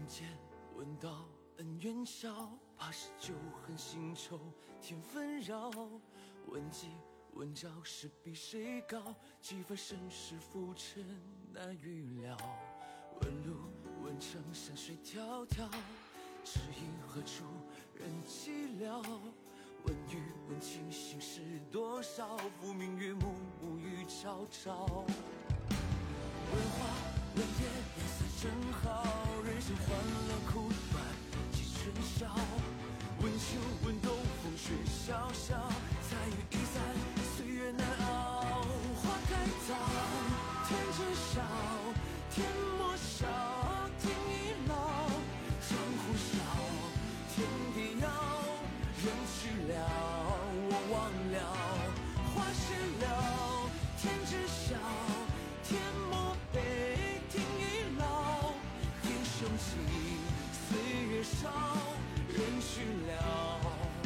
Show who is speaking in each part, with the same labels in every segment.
Speaker 1: 间闻到恩怨消，怕是旧恨新仇添纷扰。问计问招是比谁高，几番身世浮沉难预料。问路问程山水迢迢，只因何处人寂寥。问雨问情心事多少，浮明月暮暮雨朝朝。问花问叶颜色正好，人生欢乐苦短几春宵。问秋问冬风雪萧萧，彩云易散岁月难熬。花开早天知晓，天莫笑天已老。江湖笑天地遥，人去了我忘了。花谢了天知晓，天莫悲天已老。英雄起岁月少，人去了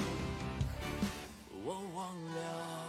Speaker 1: 我忘了。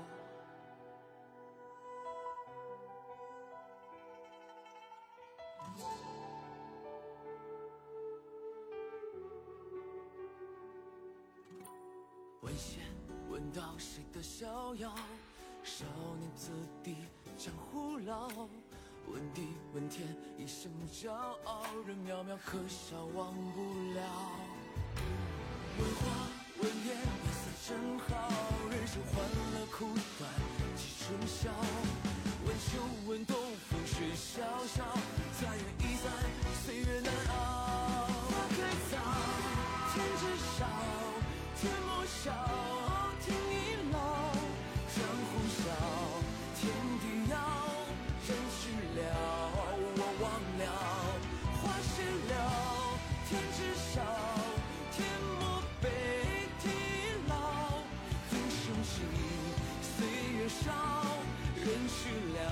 Speaker 1: 问仙问道谁的逍遥，少年子弟江湖老。问地问天一生骄傲，人渺渺可笑忘不了。问花问叶颜色正好，人生欢乐苦短几春宵。问秋问冬风雪萧萧，彩云易散岁月难熬。花开早天知晓，天莫笑天已老。江湖笑天地遥，人去了我忘了。花谢了天知晓，天莫悲天已老。英雄起岁月少，人去了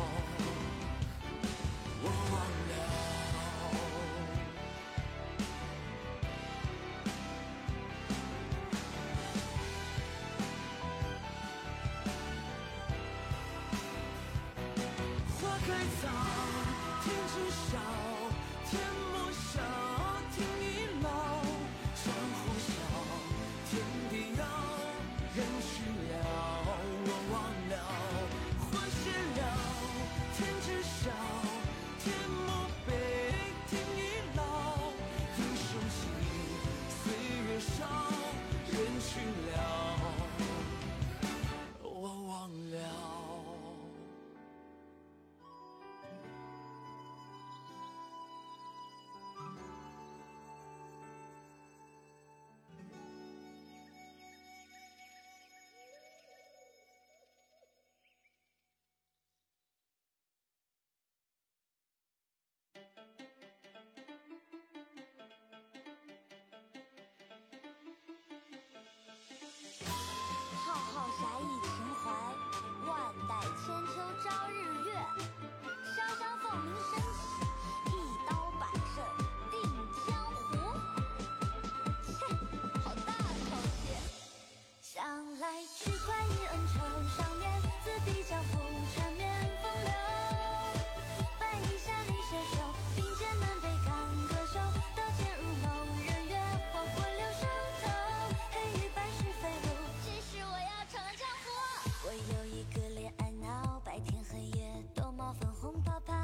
Speaker 1: 我忘了。花开早天知晓，天莫笑天已老。江湖笑天地遥，人去了我忘了。花谢了天知晓，天莫悲天已老。英雄起岁月少，人去了我忘了。
Speaker 2: 浩浩侠义情怀，万代千秋朝日月。潇湘凤鸣升起，一刀百胜定江湖。切，好大口气！想来区块一恩仇，上面自比江湖，缠绵风流。白衣侠女携手，并肩南北干戈手，刀剑如梦，人月黄昏留梢头。黑与白是非路，其实我要闯江湖。我有一个恋爱脑，白天黑夜都冒粉红泡泡。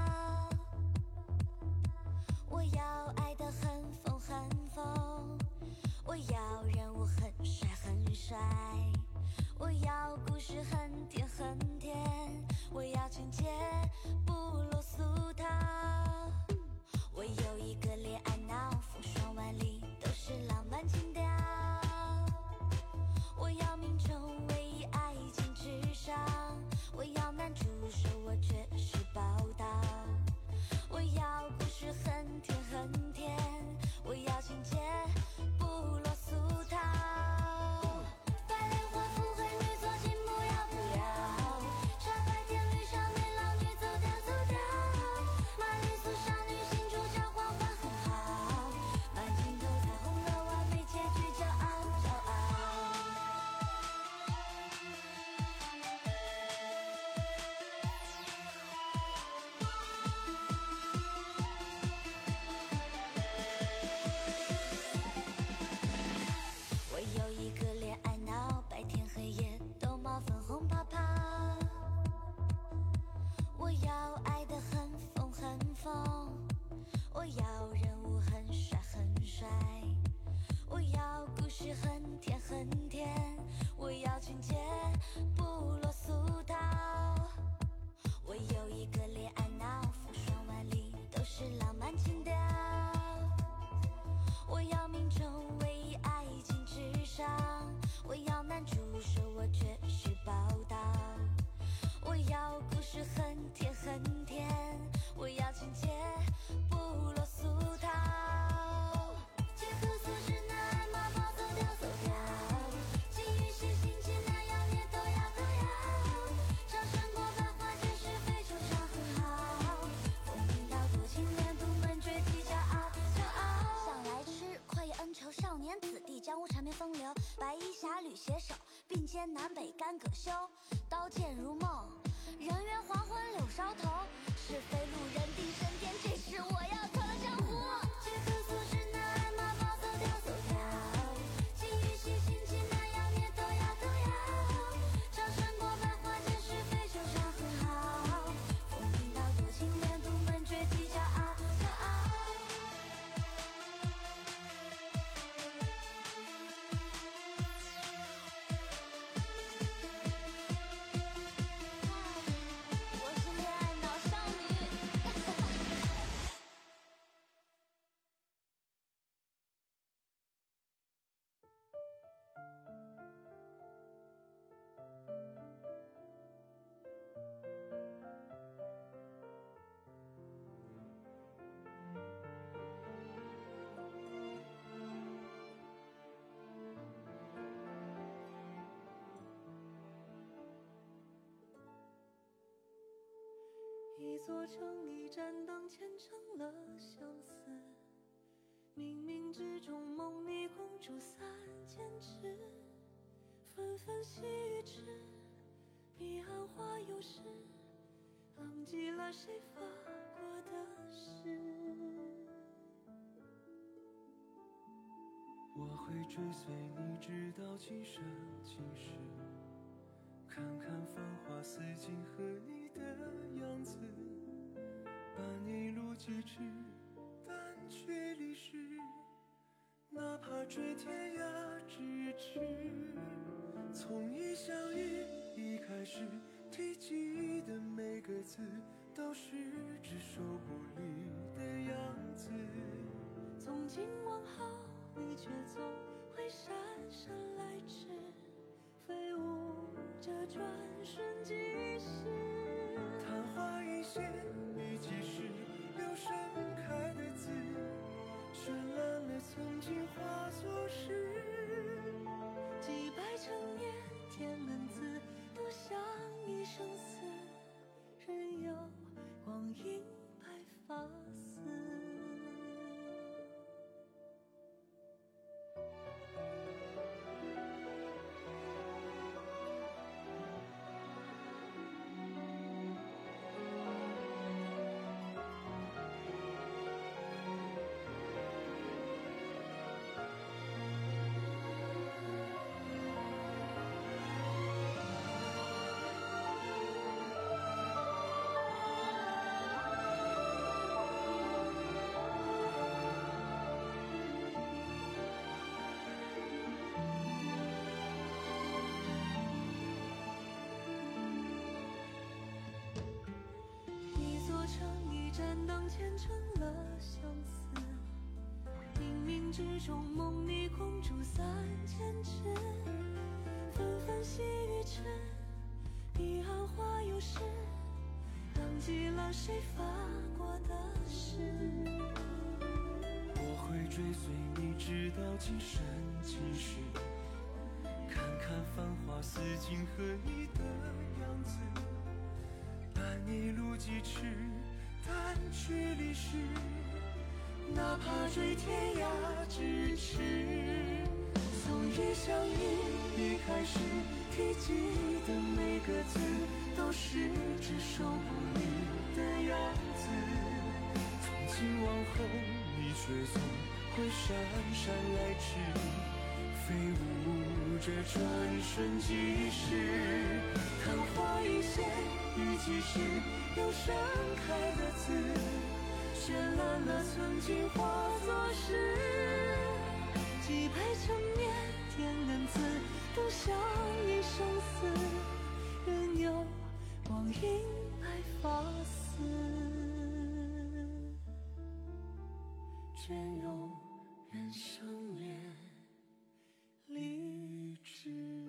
Speaker 2: 我要爱得很疯很疯，我要人物很帅很帅，我要故事很甜很甜，我要情节不落俗套。我有一个恋爱脑，风霜万里都是浪漫情调。我要命中唯一爱情至上，我要男主手我绝世宝刀。我要故事很甜很甜，我要情节不落俗套。白莲花，富贵女做金不要不侣携手，并肩南北干戈休。刀剑如梦，人约黄昏柳梢头。是非路人定胜天，这是我要闯的江湖。劫客所至南鞍马，跑走跳走跳。金玉喜心机难要灭，都要。长生过百花间，是非就像很好。风云道多情恋，独门绝技骄傲。我是恋爱脑少女。
Speaker 3: 一座城，一盏灯，虔诚了相思。冥冥之中，梦里共筑三千尺。纷纷细雨迟，彼岸花又时，忘记了谁发过的誓。
Speaker 1: 我会追随你直到今生今世，看看繁华似锦和你的样子，伴你一路疾驰，但却离世，哪怕追天涯咫尺。从一相遇一开始，提及的每个字都是只手不离的样子。
Speaker 3: 从今往后，你却总会姗姗来迟，飞舞着转瞬即逝。
Speaker 1: 昙花一现，你即是留盛开的字，绚烂了曾经化作诗。
Speaker 3: 几百成年，天恩赐，独享一生死，任由光阴白发丝。一座城，一盏灯，虔诚了相思。冥冥之中，梦里共筑三千尺。纷纷细雨迟，彼岸花又时，忘记了谁发过的誓。
Speaker 1: 我会追随你直到今生今世，看看繁华似锦和你的样子，伴你一路疾驰，但却离世，哪怕追天涯咫尺。从一相遇一开始，提及的每个字都是只手不离的样子。从今往后，你却总会姗姗来迟，飞舞着转瞬即逝。昙花一现，你即是留盛开的字，绚烂了曾经化作诗。
Speaker 3: 几百成年，天恩赐，独享一生死，任由光阴白发丝。
Speaker 1: 隽永人生恋离枝。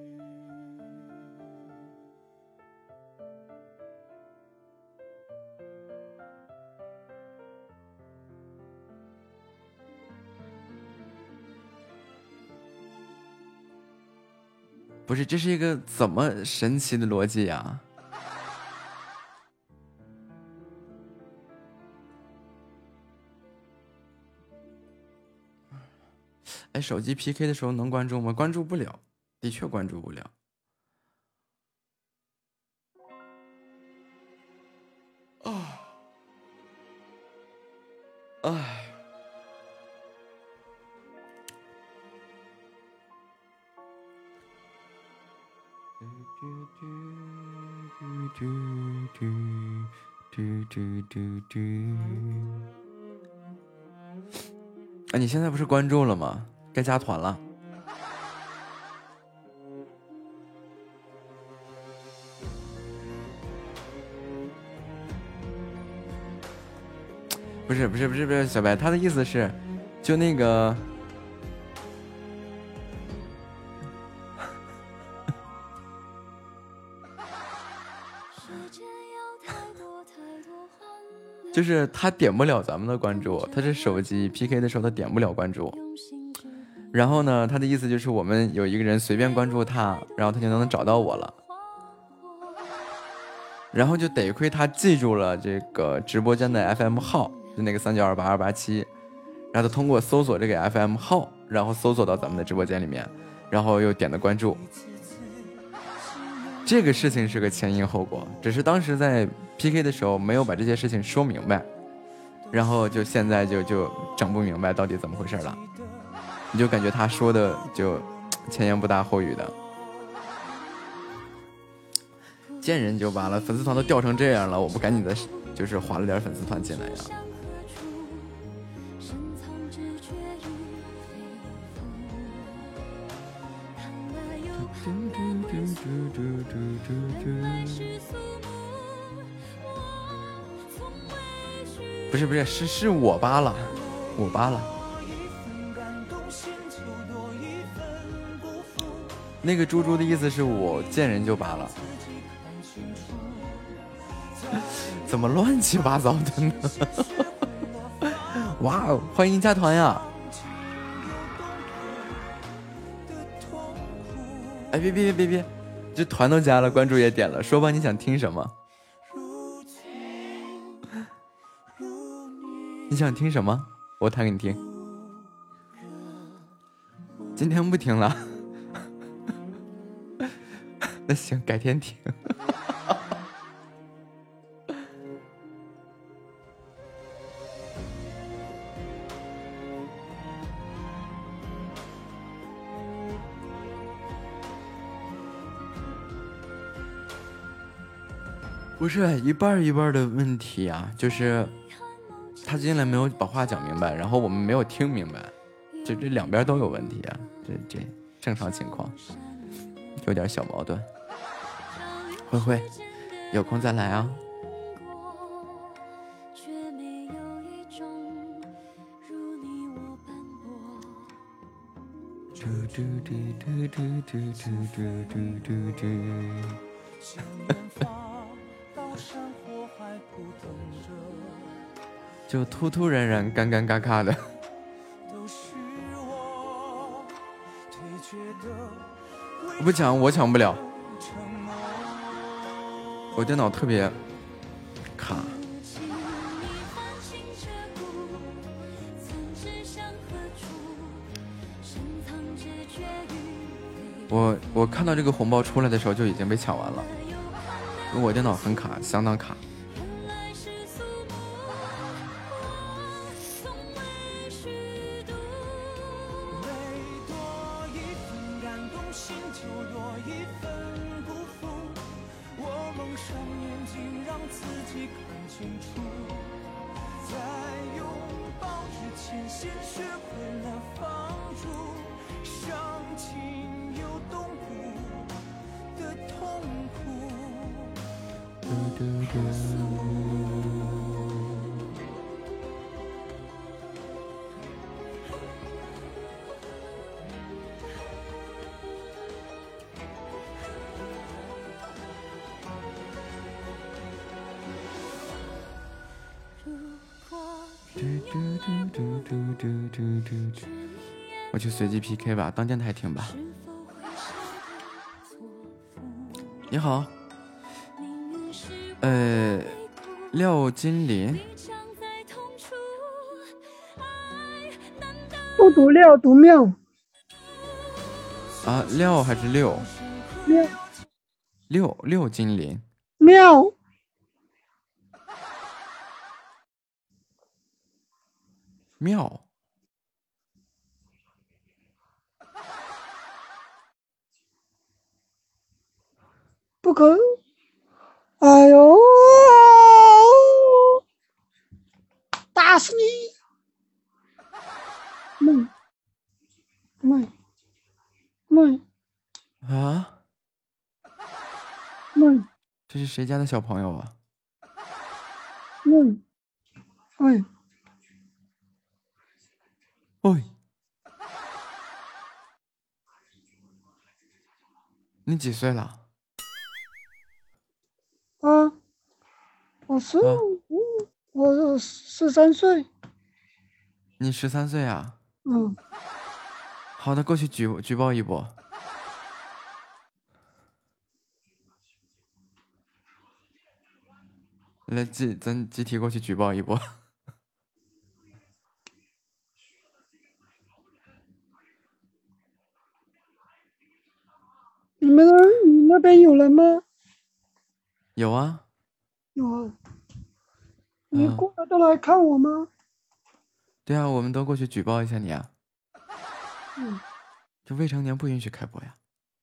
Speaker 1: 不是，这是一个怎么神奇的逻辑呀？哎，手机 PK 的时候能关注吗？关注不了，
Speaker 4: 的确关注不了。唉。啊，你现在不是关注了吗？该加团了。不是，小白，他的意思是，就那个。就是他点不了咱们的关注，他是手机 PK 的时候他点不了关注。然后呢，他的意思就是我们有一个人随便关注他，然后他就能找到我了。然后就得亏他记住了这个直播间的 FM 号，就那个3928287，然后他通过搜索这个 FM 号，然后搜索到咱们的直播间里面，然后又点的关注。这个事情是个前因后果，只是当时在 PK 的时候没有把这些事情说明白，然后就现在就整不明白到底怎么回事了。你就感觉他说的就前言不搭后语的，见人就罢了，粉丝团都掉成这样了，我不赶紧的就是划了点粉丝团进来呀。不是，是我扒了，我扒了。那个猪猪的意思是我见人就扒了，怎么乱七八糟的呢？哇哦，欢迎加团呀！哎，别，这团都加了，关注也点了，说吧，你想听什么？你想听什么？我弹给你听。今天不听了。那行，改天听。不是一半一半的问题啊，就是他进来没有把话讲明白，然后我们没有听明白，就这两边都有问题啊，这正常情况，有点小矛盾。慧有空再来啊。就突然干嘎嘎的。不抢我抢不了，我电脑特别卡。我看到这个红包出来的时候就已经被抢完了，因为我电脑很卡，相当卡。我去随机 PK 吧，当电台听吧。你好，廖金林，
Speaker 5: 不读料读庙。
Speaker 4: 啊，廖还是六？
Speaker 3: 妙
Speaker 4: 六金鳞。
Speaker 3: 妙
Speaker 4: 妙。
Speaker 3: 不可，哎呦，打死你！妹
Speaker 4: 啊，
Speaker 3: 妹
Speaker 4: 这是谁家的小朋友啊？
Speaker 3: 哎，
Speaker 4: 喂，你几岁了？
Speaker 3: 啊，我13岁。
Speaker 4: 你13岁啊？
Speaker 3: 嗯，
Speaker 4: 好的，过去举报一波。来，咱集体过去举报一波。
Speaker 3: 你那边有人吗？
Speaker 4: 有啊。
Speaker 3: 有啊。你过来都来看我吗？
Speaker 4: 对啊，我们都过去举报一下你啊。
Speaker 3: 嗯，
Speaker 4: 这未成年不允许开播呀。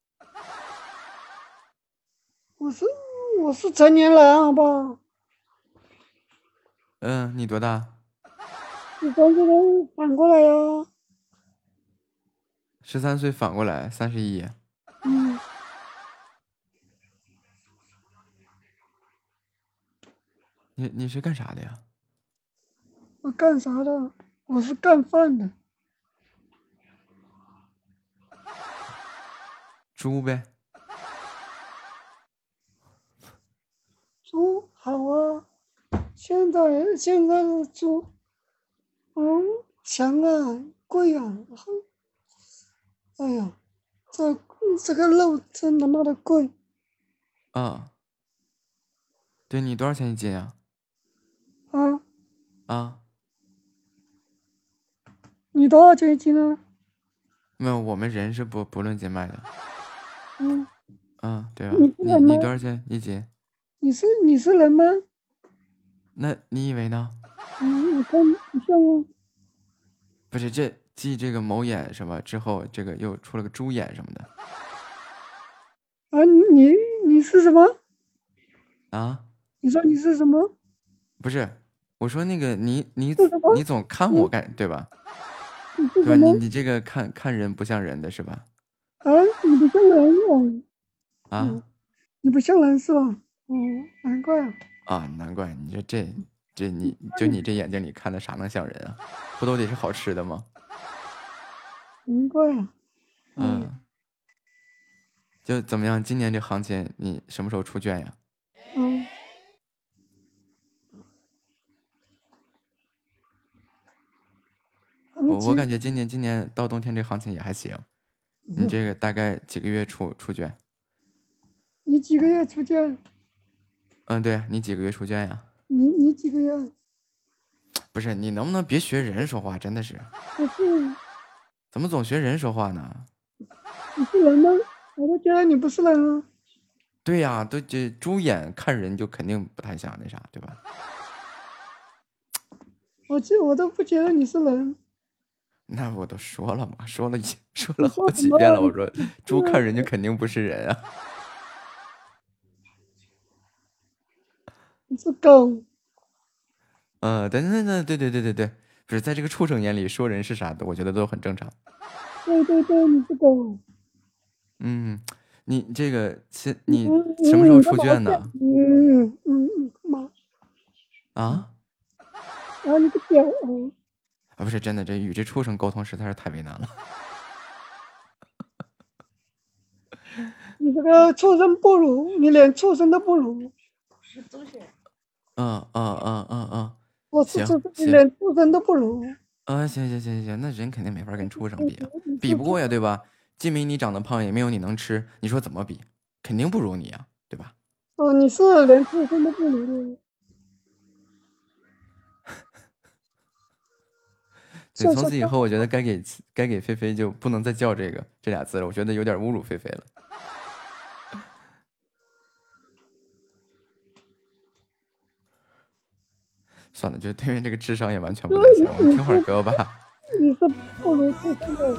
Speaker 3: 我是成年人，好不好？
Speaker 4: 嗯，你多大
Speaker 3: 13岁的反过来呀。
Speaker 4: ？13岁反过来31。
Speaker 3: 嗯，
Speaker 4: 你是干啥的呀？
Speaker 3: 我干啥的？我是干饭的。
Speaker 4: 猪呗。
Speaker 3: 猪好啊，现在的猪，强啊，贵啊，哎呀，这个肉真他妈的贵。
Speaker 4: 啊，对，你多少钱一斤啊？
Speaker 3: 啊！
Speaker 4: 啊，
Speaker 3: 你多少钱一斤啊？
Speaker 4: 没有，我们人是不论斤卖的。
Speaker 3: 嗯，
Speaker 4: 嗯，对吧？
Speaker 3: 你是人吗？
Speaker 4: 你多少钱一斤？
Speaker 3: 你是人吗？
Speaker 4: 那你以为呢？
Speaker 3: 我看不像啊。
Speaker 4: 不是，这继这个某眼什么之后，这个又出了个猪眼什么的。
Speaker 3: 啊，你是什么？
Speaker 4: 啊？
Speaker 3: 你说你是什么？
Speaker 4: 不是，我说那个你
Speaker 3: 是什么？
Speaker 4: 你总看我干对吧？
Speaker 3: 你是
Speaker 4: 对吧？
Speaker 3: 什么？
Speaker 4: 你这个看人不像人的是吧？
Speaker 3: 啊，你不像人哦。
Speaker 4: 啊
Speaker 3: 你不像人是吧？哦，难怪啊。
Speaker 4: 啊，难怪你说这你这眼睛里看的啥能像人啊？不都得是好吃的吗？
Speaker 3: 难怪啊。
Speaker 4: 嗯，就怎么样？今年这行情你什么时候出卷呀？
Speaker 3: 嗯，
Speaker 4: 我感觉今年到冬天这行情也还行，你这个大概几个月出卷？
Speaker 3: 你几个月出卷？
Speaker 4: 嗯，对，你几个月出卷呀？
Speaker 3: 你几个月？
Speaker 4: 不是，你能不能别学人说话？真的是，
Speaker 3: 我是。
Speaker 4: 怎么总学人说话呢？
Speaker 3: 你是人吗？我都觉得你不是人啊。
Speaker 4: 对呀，都这猪眼看人就肯定不太像那啥，对吧？
Speaker 3: 我都不觉得你是人。
Speaker 4: 那我都说了嘛，说了
Speaker 3: 你
Speaker 4: 好
Speaker 3: 说什么
Speaker 4: 几遍了，我说猪看人就肯定不是人啊。
Speaker 3: 你是狗。
Speaker 4: 对，不是在这个畜生眼里说人是啥的，我觉得都很正常。
Speaker 3: 对，你是狗。
Speaker 4: 嗯，你这个你什么时候出卷呢？
Speaker 3: 妈。
Speaker 4: 啊？
Speaker 3: 啊，你个屌
Speaker 4: 啊，不是真的，这与这畜生沟通实在是太为难了。
Speaker 3: 你这个畜生不如，你连畜生都不如。我是畜生，你连畜生都不如。
Speaker 4: 行，那人肯定没法跟畜生比啊，比不过呀，对吧？既没你长得胖，也没有你能吃，你说怎么比？肯定不如你啊，对吧？
Speaker 3: 哦，你是连畜生都不如的。
Speaker 4: 对，从此以后我觉得该给菲菲就不能再叫这俩字了，我觉得有点侮辱菲菲了。算了，就对面这个智商也完全不太行，我们听会儿歌吧。
Speaker 5: 你说不如菲菲的。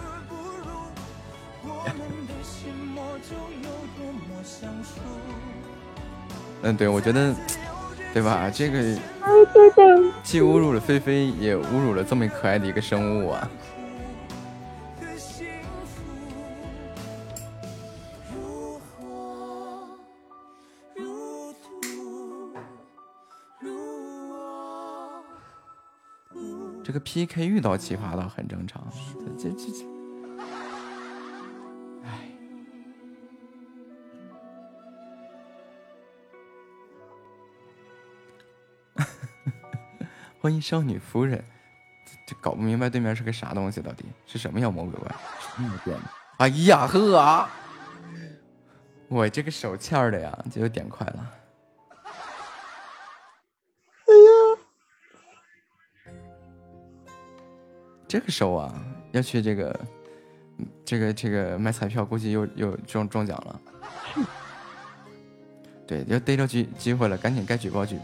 Speaker 4: 对，我觉得，对吧？这个既侮辱了菲菲，也侮辱了这么可爱的一个生物啊！这个 PK 遇到奇葩倒很正常，这。欢迎少女夫人，这搞不明白对面是个啥东西，到底是什么妖魔鬼怪？哎呀呵啊！我这个手欠的呀，就有点快了。
Speaker 5: 哎呀，
Speaker 4: 这个手啊，要去这个买彩票，估计又中奖了。对，要逮着机会了，赶紧该举报。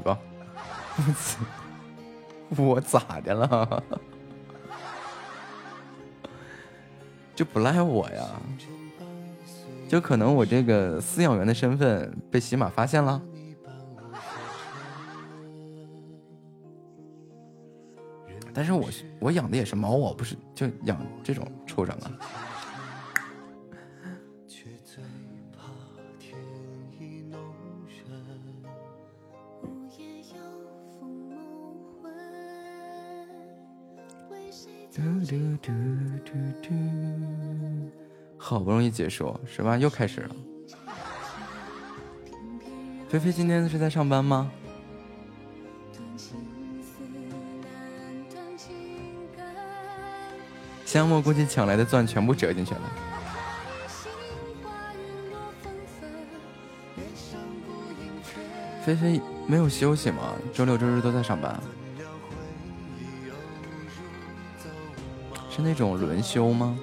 Speaker 4: 我咋的了？就不赖我呀，就可能我这个饲养员的身份被喜马发现了。但是我养的也是猫啊，不是就养这种畜生啊。好不容易结束是吧？又开始了。菲菲今天是在上班吗？项目估计抢来的钻全部折进去了。菲菲没有休息吗？周六周日都在上班。是那种轮休吗？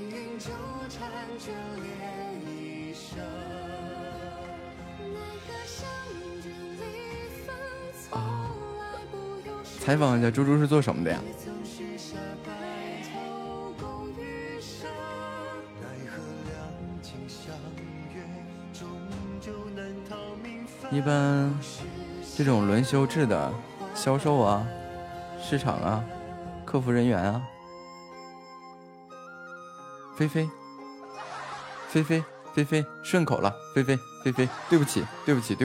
Speaker 4: 采访一下猪猪是做什么的呀？一般这种轮休制的销售啊、市场啊、客服人员啊。菲菲，顺口了，菲菲，对不起。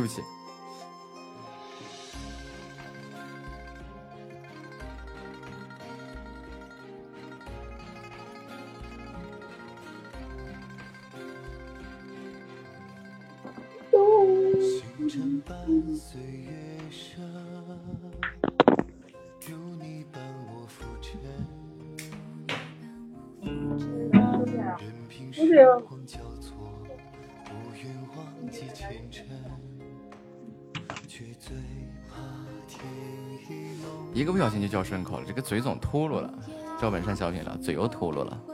Speaker 4: 一个不小心就叫顺口了，这个嘴总秃噜了。赵本山小品了，嘴又秃噜了。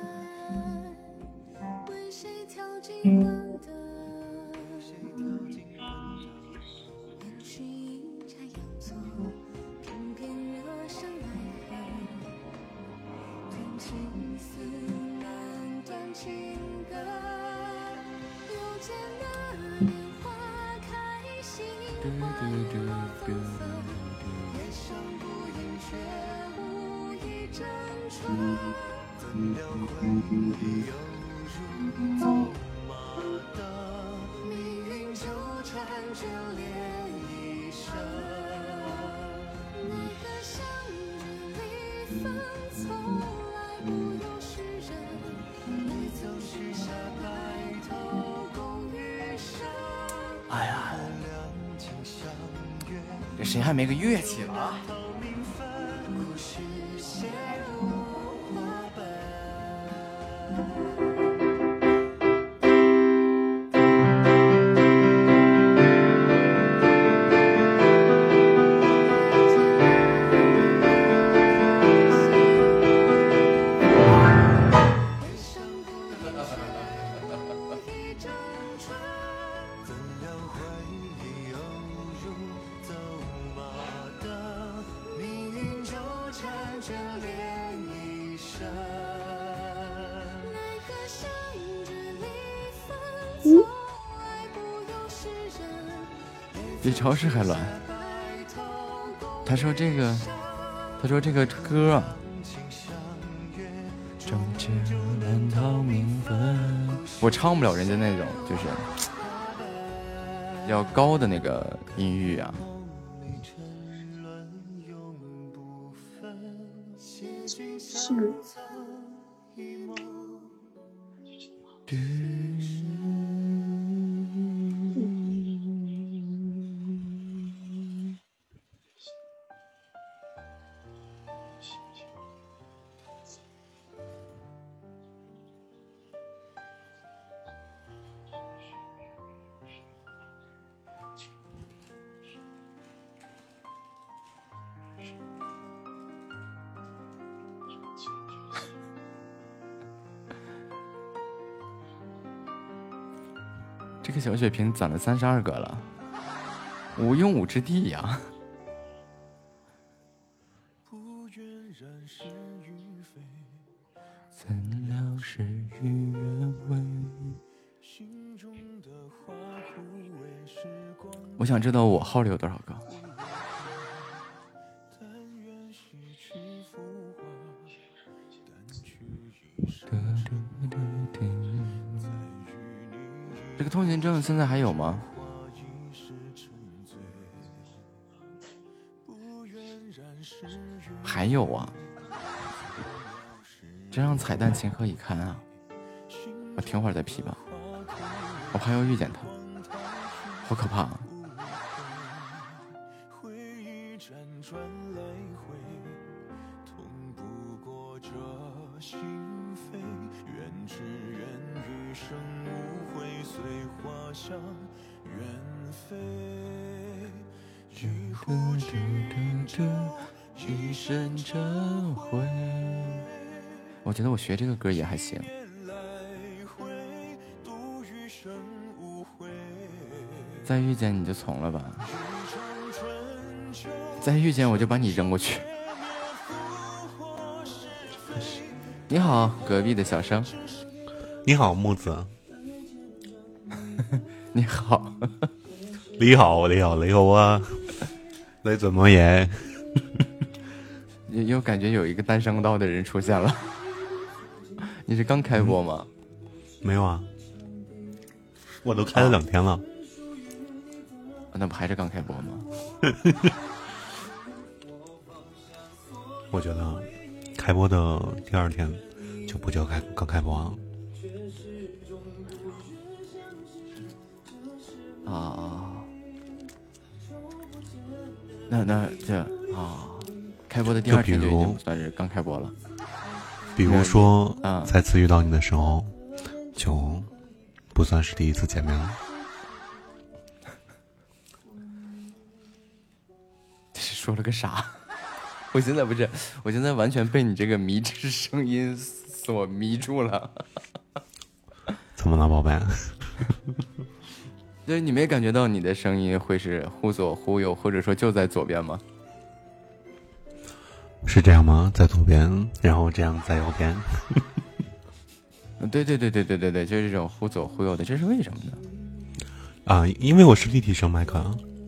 Speaker 4: 哎呀，这谁还没个乐器了啊？ 比超市还乱。他说这个歌我唱不了人家那种就是比较高的那个音域啊。
Speaker 5: 是。
Speaker 4: 这个小血瓶攒了32个了，无用武之地呀！怎料事与愿违。我想知道我号里有多少个。这个通行证现在还有吗？还有啊，真让彩蛋情何以堪啊！我停会儿再 P 吧，我怕要遇见他，好可怕啊！一生忏悔。我觉得我学这个歌也还行。再遇见你就从了吧，再遇见我就把你扔过去。你好，隔壁的小生。
Speaker 6: 你好，木子。
Speaker 4: 你好。
Speaker 6: 你好，你好，你好啊！你怎么也？
Speaker 4: 又感觉有一个单声道的人出现了。你是刚开播吗？
Speaker 6: 没有啊，我都开了2天了。
Speaker 4: 那不还是刚开播吗？
Speaker 6: 我觉得开播的第2天就不叫刚开播了。
Speaker 4: 啊，那这啊，开播的第2天就已经算是刚开播了。
Speaker 6: 比如说，再次遇到你的时候，就不算是第一次见面了。
Speaker 4: 这是说了个啥？我现在完全被你这个迷之声音所迷住了。
Speaker 6: 怎么了，宝贝？
Speaker 4: 就是你没感觉到你的声音会是忽左忽右，或者说就在左边吗？
Speaker 6: 是这样吗？在左边，然后这样在右边。
Speaker 4: 对，就是这种忽左忽右的，这是为什么呢？
Speaker 6: 啊，因为我是立体声麦克。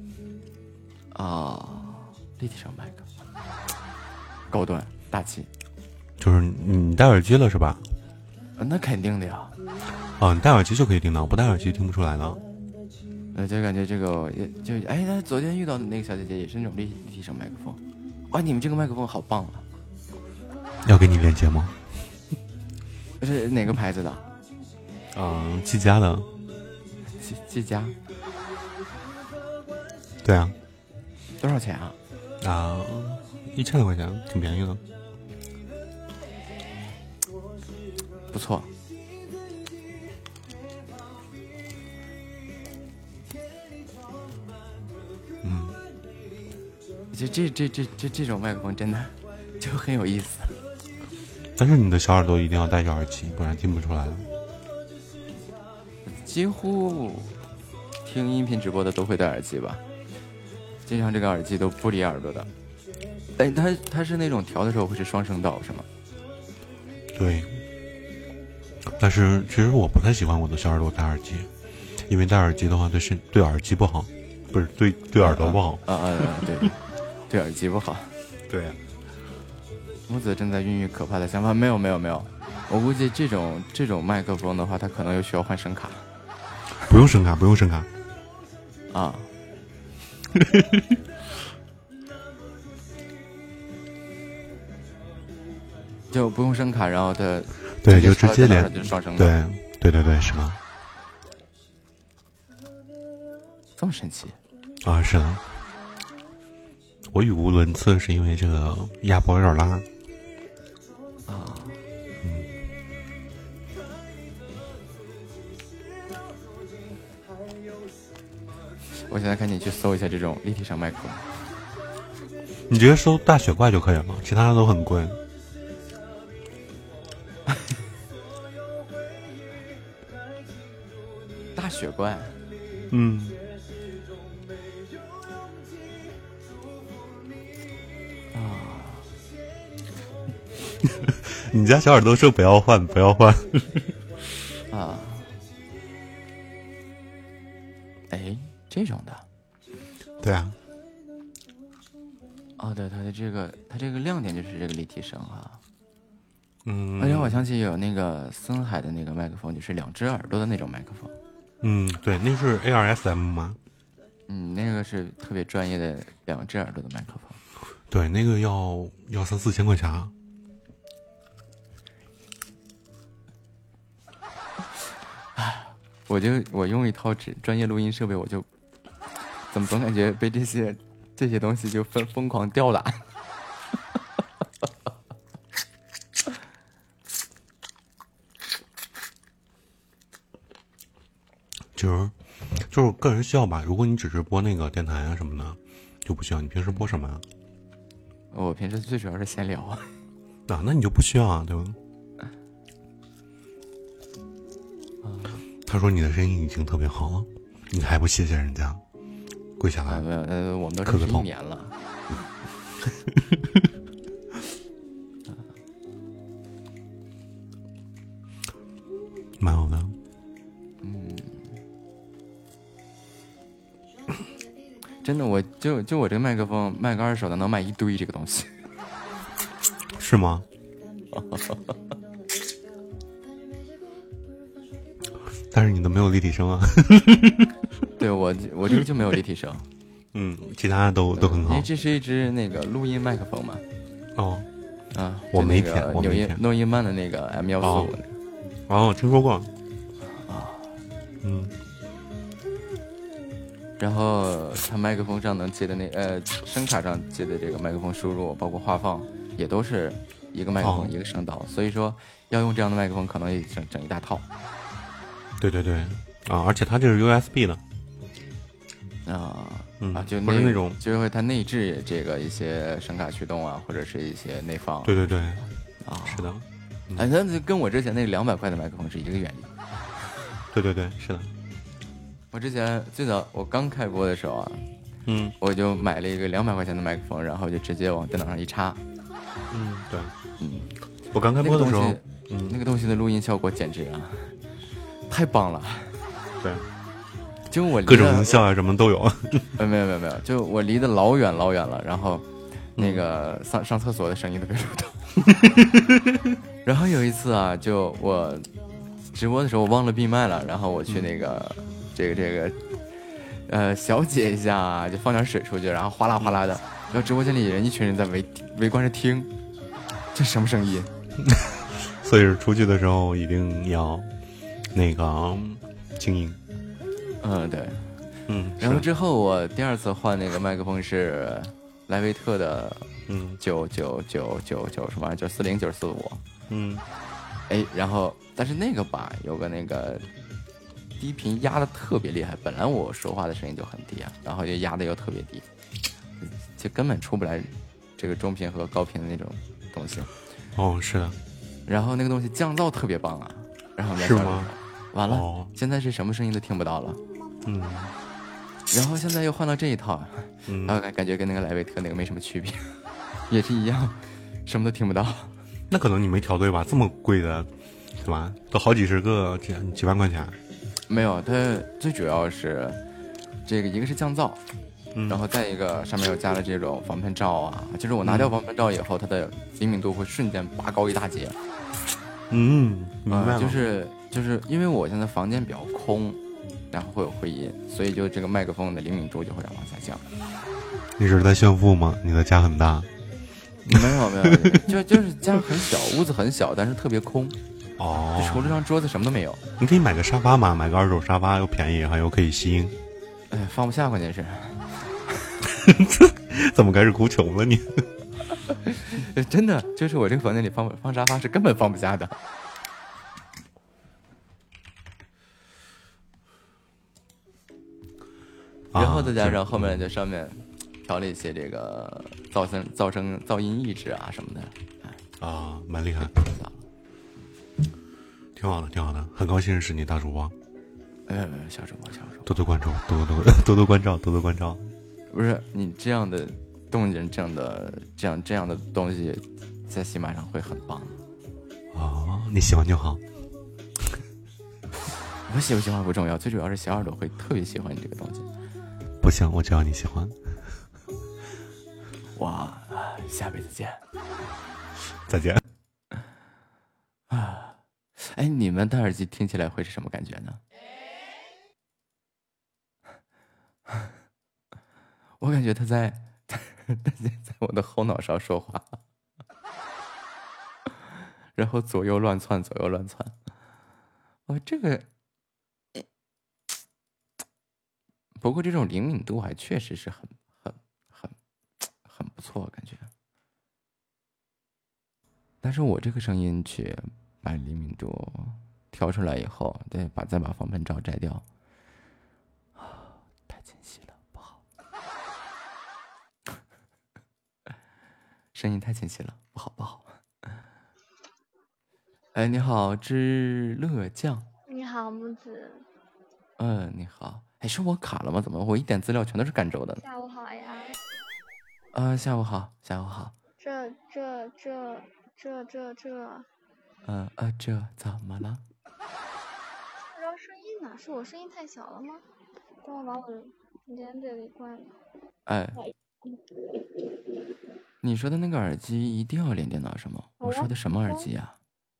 Speaker 4: 啊，立体声麦克，高端大气。
Speaker 6: 就是你戴耳机了是吧？
Speaker 4: 那肯定的呀。
Speaker 6: 哦，你戴耳机就可以听到，不戴耳机听不出来了。
Speaker 4: 就感觉这个那昨天遇到的那个小姐姐也是那种立体声麦克风。哇，你们这个麦克风好棒啊！
Speaker 6: 要给你链接吗？
Speaker 4: 是哪个牌子的？
Speaker 6: 技嘉的。
Speaker 4: 技嘉。
Speaker 6: 对啊。
Speaker 4: 多少钱啊
Speaker 6: ？1000多块钱，挺便宜的。
Speaker 4: 不错。这种麦克风真的就很有意思。
Speaker 6: 但是你的小耳朵一定要戴着耳机，不然听不出来。
Speaker 4: 几乎听音频直播的都会戴耳机吧，经常这个耳机都不离耳朵的。 哎，它是那种调的时候会是双声道是吗？
Speaker 6: 对。但是其实我不太喜欢我的小耳朵戴耳机，因为戴耳机的话对耳机不好，不是对耳朵不好。
Speaker 4: 对，对耳机不好。
Speaker 6: 对呀。
Speaker 4: 木子正在孕育可怕的想法，没有，我估计这种麦克风的话，它可能又需要换声卡。
Speaker 6: 不用声卡。
Speaker 4: 啊。就不用声卡，然后它
Speaker 6: 对就直接连
Speaker 4: 就双声。
Speaker 6: 对，是的。
Speaker 4: 这么神奇
Speaker 6: 啊！是的，我语无伦次是因为这个压脖有点拉
Speaker 4: 啊。我现在赶紧去搜一下这种立体声麦克风。
Speaker 6: 你直接搜大雪怪就可以了，其他的都很贵。
Speaker 4: 大雪怪，
Speaker 6: 你家小耳朵说不要换
Speaker 4: 啊。哎，这种的。
Speaker 6: 对啊。
Speaker 4: 哦，对，它这个亮点就是这个立体声哈。而且我想起有那个森海的那个麦克风，就是2只耳朵的那种麦克风。
Speaker 6: 对，那是 ARSM 吗？
Speaker 4: 那个是特别专业的2只耳朵的麦克风。
Speaker 6: 对，那个要3-4千块钱啊。
Speaker 4: 我用一套专业录音设备，我就怎么总感觉被这些东西就疯狂吊打。
Speaker 6: 就是个人需要吧。如果你只是播那个电台啊什么的，就不需要。你平时播什么啊？
Speaker 4: 我平时最主要是闲聊啊。
Speaker 6: 那你就不需要啊，对吧？他说你的声音已经特别好了，你还不谢谢人家？跪下来。
Speaker 4: 我们都认识1年了。
Speaker 6: 蛮好的。
Speaker 4: 真的，我就我这个麦克风卖个2手的能卖一堆这个东西。
Speaker 6: 是吗？但是你的没有立体声啊。
Speaker 4: 对，我这个就没有立体声。
Speaker 6: 其他都很好。
Speaker 4: 因为这是一支那个录音麦克风嘛。
Speaker 6: 我没舔，
Speaker 4: 诺伊曼的那个 M145。
Speaker 6: 听说过。
Speaker 4: 然后它麦克风上能接的声卡上接的这个麦克风输入，包括话放，也都是一个麦克风一个声道，所以说要用这样的麦克风，可能也整一大套。
Speaker 6: 对而且它这是 USB 的。
Speaker 4: 就
Speaker 6: 不是那种，
Speaker 4: 就是它内置这个一些声卡驱动啊，或者是一些内放。
Speaker 6: 对，是的。
Speaker 4: 那跟我之前那200块的麦克风是一个原理。
Speaker 6: 对，是的。
Speaker 4: 我之前最早我刚开播的时候啊，我就买了一个200块钱的麦克风，然后就直接往电脑上一插。
Speaker 6: 对。我刚开播的时候，
Speaker 4: 那个东西的录音效果简直啊，太棒了。
Speaker 6: 对。
Speaker 4: 就我
Speaker 6: 各种音效啊什么都有。
Speaker 4: 没有，就我离得老远了，然后那个上厕所的声音都被录到。然后有一次啊，就我直播的时候我忘了闭麦了，然后我去那个这个小解一下，就放点水出去，然后哗啦哗啦的，然后直播间里一群人在围观着听，这什么声音？
Speaker 6: 所以出去的时候一定要那个静音。
Speaker 4: 对。然后之后我第2次换那个麦克风是莱维特的999什么940-945。然后但是那个吧有个那个低频压的特别厉害，本来我说话的声音就很低啊，然后就压的又特别低，就根本出不来这个中频和高频的那种东西。
Speaker 6: 是的。
Speaker 4: 然后那个东西降噪特别棒啊，然后
Speaker 6: 是吗？
Speaker 4: 完了，现在是什么声音都听不到了。然后现在又换到这一套，然后感觉跟那个莱维特那个没什么区别。 也是一样，什么都听不到。
Speaker 6: 那可能你没调对吧？这么贵的，是吧？都好几十个，几万块钱。
Speaker 4: 没有，它最主要是这个一个是降噪，然后再一个上面又加了这种防喷罩啊。就是我拿掉防喷罩以后，它的灵敏度会瞬间拔高一大截。
Speaker 6: 明白了。
Speaker 4: 就是因为我现在房间比较空，然后会有回音，所以就这个麦克风的灵敏度就会往下降。
Speaker 6: 你是在炫富吗？你的家很大？
Speaker 4: 没有，就是家很小，屋子很小，但是特别空。
Speaker 6: 哦，
Speaker 4: 就除了张桌子什么都没有。
Speaker 6: 你可以买个沙发嘛，买个二手沙发又便宜，还有可以吸音。
Speaker 4: 哎，放不下，关键是。
Speaker 6: 怎么开始哭穷了你？
Speaker 4: 真的，就是我这个房间里放沙发是根本放不下的。然后再加上后面在上面调了一些这个噪音抑制啊什么的。
Speaker 6: 啊，蛮厉害。挺好的，挺好的，很高兴认识你，大主播。
Speaker 4: 小主播，
Speaker 6: 多多关注，多多关照，多多关照。
Speaker 4: 不是你这样的动静，这样的东西，在喜马上会很棒。
Speaker 6: 哦，你喜欢就好。
Speaker 4: 我喜不喜欢不重要，最主要是小耳朵会特别喜欢你这个东西。
Speaker 6: 不行，我只要你喜欢。
Speaker 4: 哇，下辈子见。
Speaker 6: 再见。
Speaker 4: 啊，哎，你们戴耳机听起来会是什么感觉呢？我感觉他在我的后脑勺说话，然后左右乱窜。这个，不过这种灵敏度还确实是很不错，感觉。但是我这个声音去把灵敏度调出来以后，再把防喷罩摘掉，太清晰了，不好。声音太清晰了，不好。哎，你好，知乐酱。
Speaker 2: 你好，木子。
Speaker 4: 你好。哎，是我卡了吗？怎么我一点资料全都是赣州的？
Speaker 2: 下午好呀。
Speaker 4: 下午好。
Speaker 2: 这
Speaker 4: 怎么了？
Speaker 2: 不知道声音呢？是我声音太小了吗？等我把我的连这里关了。
Speaker 4: 哎，你说的那个耳机一定要连电脑是吗？我说的什么耳机呀？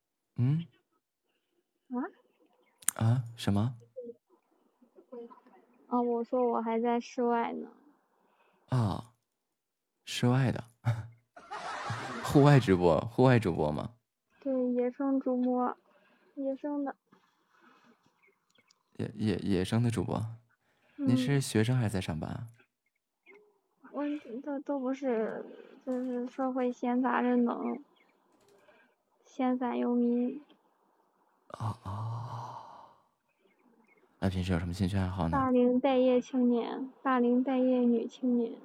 Speaker 4: 什么？
Speaker 2: 我说我还在室外呢。
Speaker 4: 室外的，户外主播吗？
Speaker 2: 对，野生主播，野生的。
Speaker 4: 野生的主播。你是学生还是在上班？
Speaker 2: 我都不是，就是社会闲杂人等，闲散游民。
Speaker 4: 那平时有什么兴趣爱好呢？
Speaker 2: 大龄待业青年，大龄待业女青年。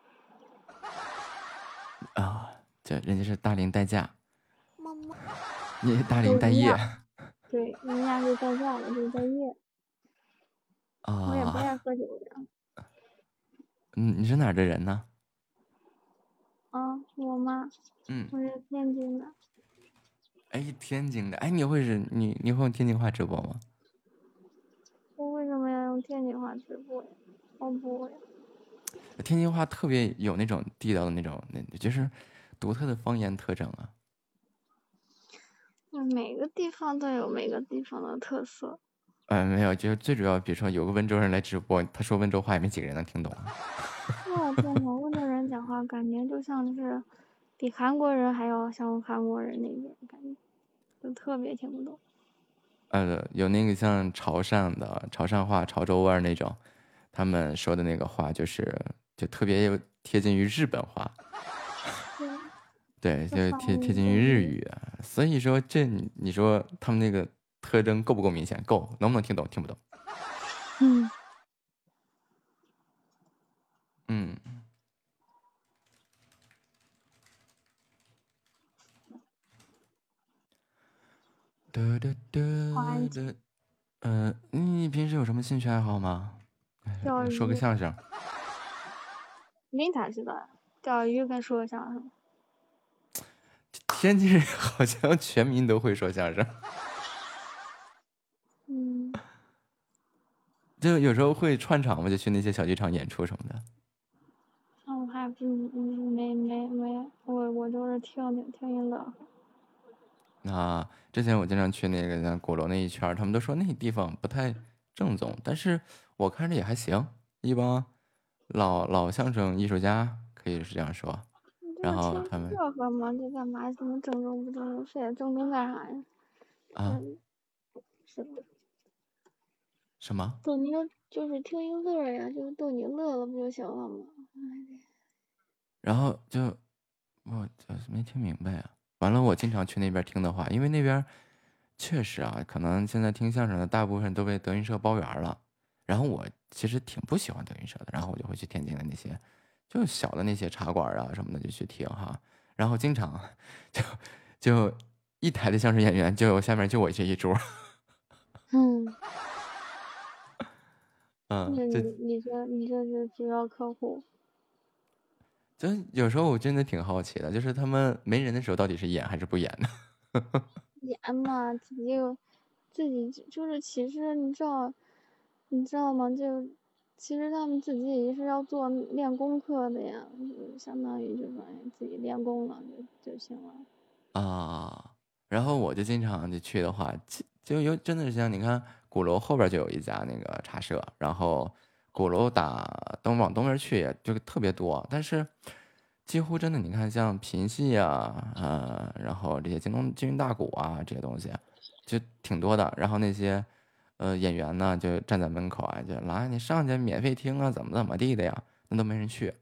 Speaker 4: 这人家是大龄待嫁。
Speaker 2: 妈妈。
Speaker 4: 你大龄待业。
Speaker 2: 对，人家是待嫁，我是待业。我也不爱喝酒的。
Speaker 4: 你是哪儿的人呢？
Speaker 2: 我吗？我是天津的。
Speaker 4: 哎，天津的。哎，你会用天津话直播吗？
Speaker 2: 我为什么要用天津话直播呀？我不会。
Speaker 4: 天津话特别有那种地道的那种，就是独特的方言特征啊。
Speaker 2: 每个地方都有每个地方的特色。
Speaker 4: 没有，就是最主要，比如说有个温州人来直播，他说温州话也没几个人能听懂。
Speaker 2: 我天哪，温州人讲话感觉就像是比韩国人还要像韩国人那种感觉，就特别听不懂。
Speaker 4: 有那个像潮汕话、潮州味那种，他们说的那个话就特别贴近于日本话。对，就贴近于日语啊。所以说你说他们那个特征够不够明显？够，能不能听懂？听不懂。你平时有什么兴趣爱好吗？说个相声。
Speaker 2: 没咋知道呀，钓鱼跟说个相声。
Speaker 4: 天津人好像全民都会说相声。就有时候会串场嘛，就去那些小剧场演出什么的。
Speaker 5: 我还不没，我就是听一乐。
Speaker 4: 啊，之前我经常去那个像鼓楼那一圈，他们都说那地方不太正宗，但是我看着也还行，一帮老相声艺术家可以是这样说。然后他们
Speaker 5: 这个嘛，这干嘛？什么正宗不正宗？非得正宗干啥呀？
Speaker 4: 啊，
Speaker 5: 是不？
Speaker 4: 什么？
Speaker 5: 逗你就是听一乐呀，就是逗你乐了不就行了吗？
Speaker 4: 然后我没听明白啊。完了，我经常去那边听的话，因为那边确实啊，可能现在听相声的大部分都被德云社包圆了。然后我其实挺不喜欢德云社的，然后我就会去天津的那些，就小的那些茶馆啊什么的就去听哈。然后经常就一台的相声演员就有下面就我这一桌。
Speaker 5: 你这是主要客户。
Speaker 4: 就有时候我真的挺好奇的，就是他们没人的时候到底是演还是不演呢？
Speaker 5: 演嘛，自己就是其实你知道吗？就其实他们自己也是要练功课的呀，相当于就是自己练功了就行了。
Speaker 4: 啊，然后我就经常就去的话，就真的是像你看鼓楼后边就有一家那个茶社，然后鼓楼往东边去也就特别多，但是几乎真的你看像评戏啊，然后这些京韵大鼓啊这些东西就挺多的，然后那些演员呢就站在门口啊，就来你上去免费听啊，怎么地的呀，那都没人去。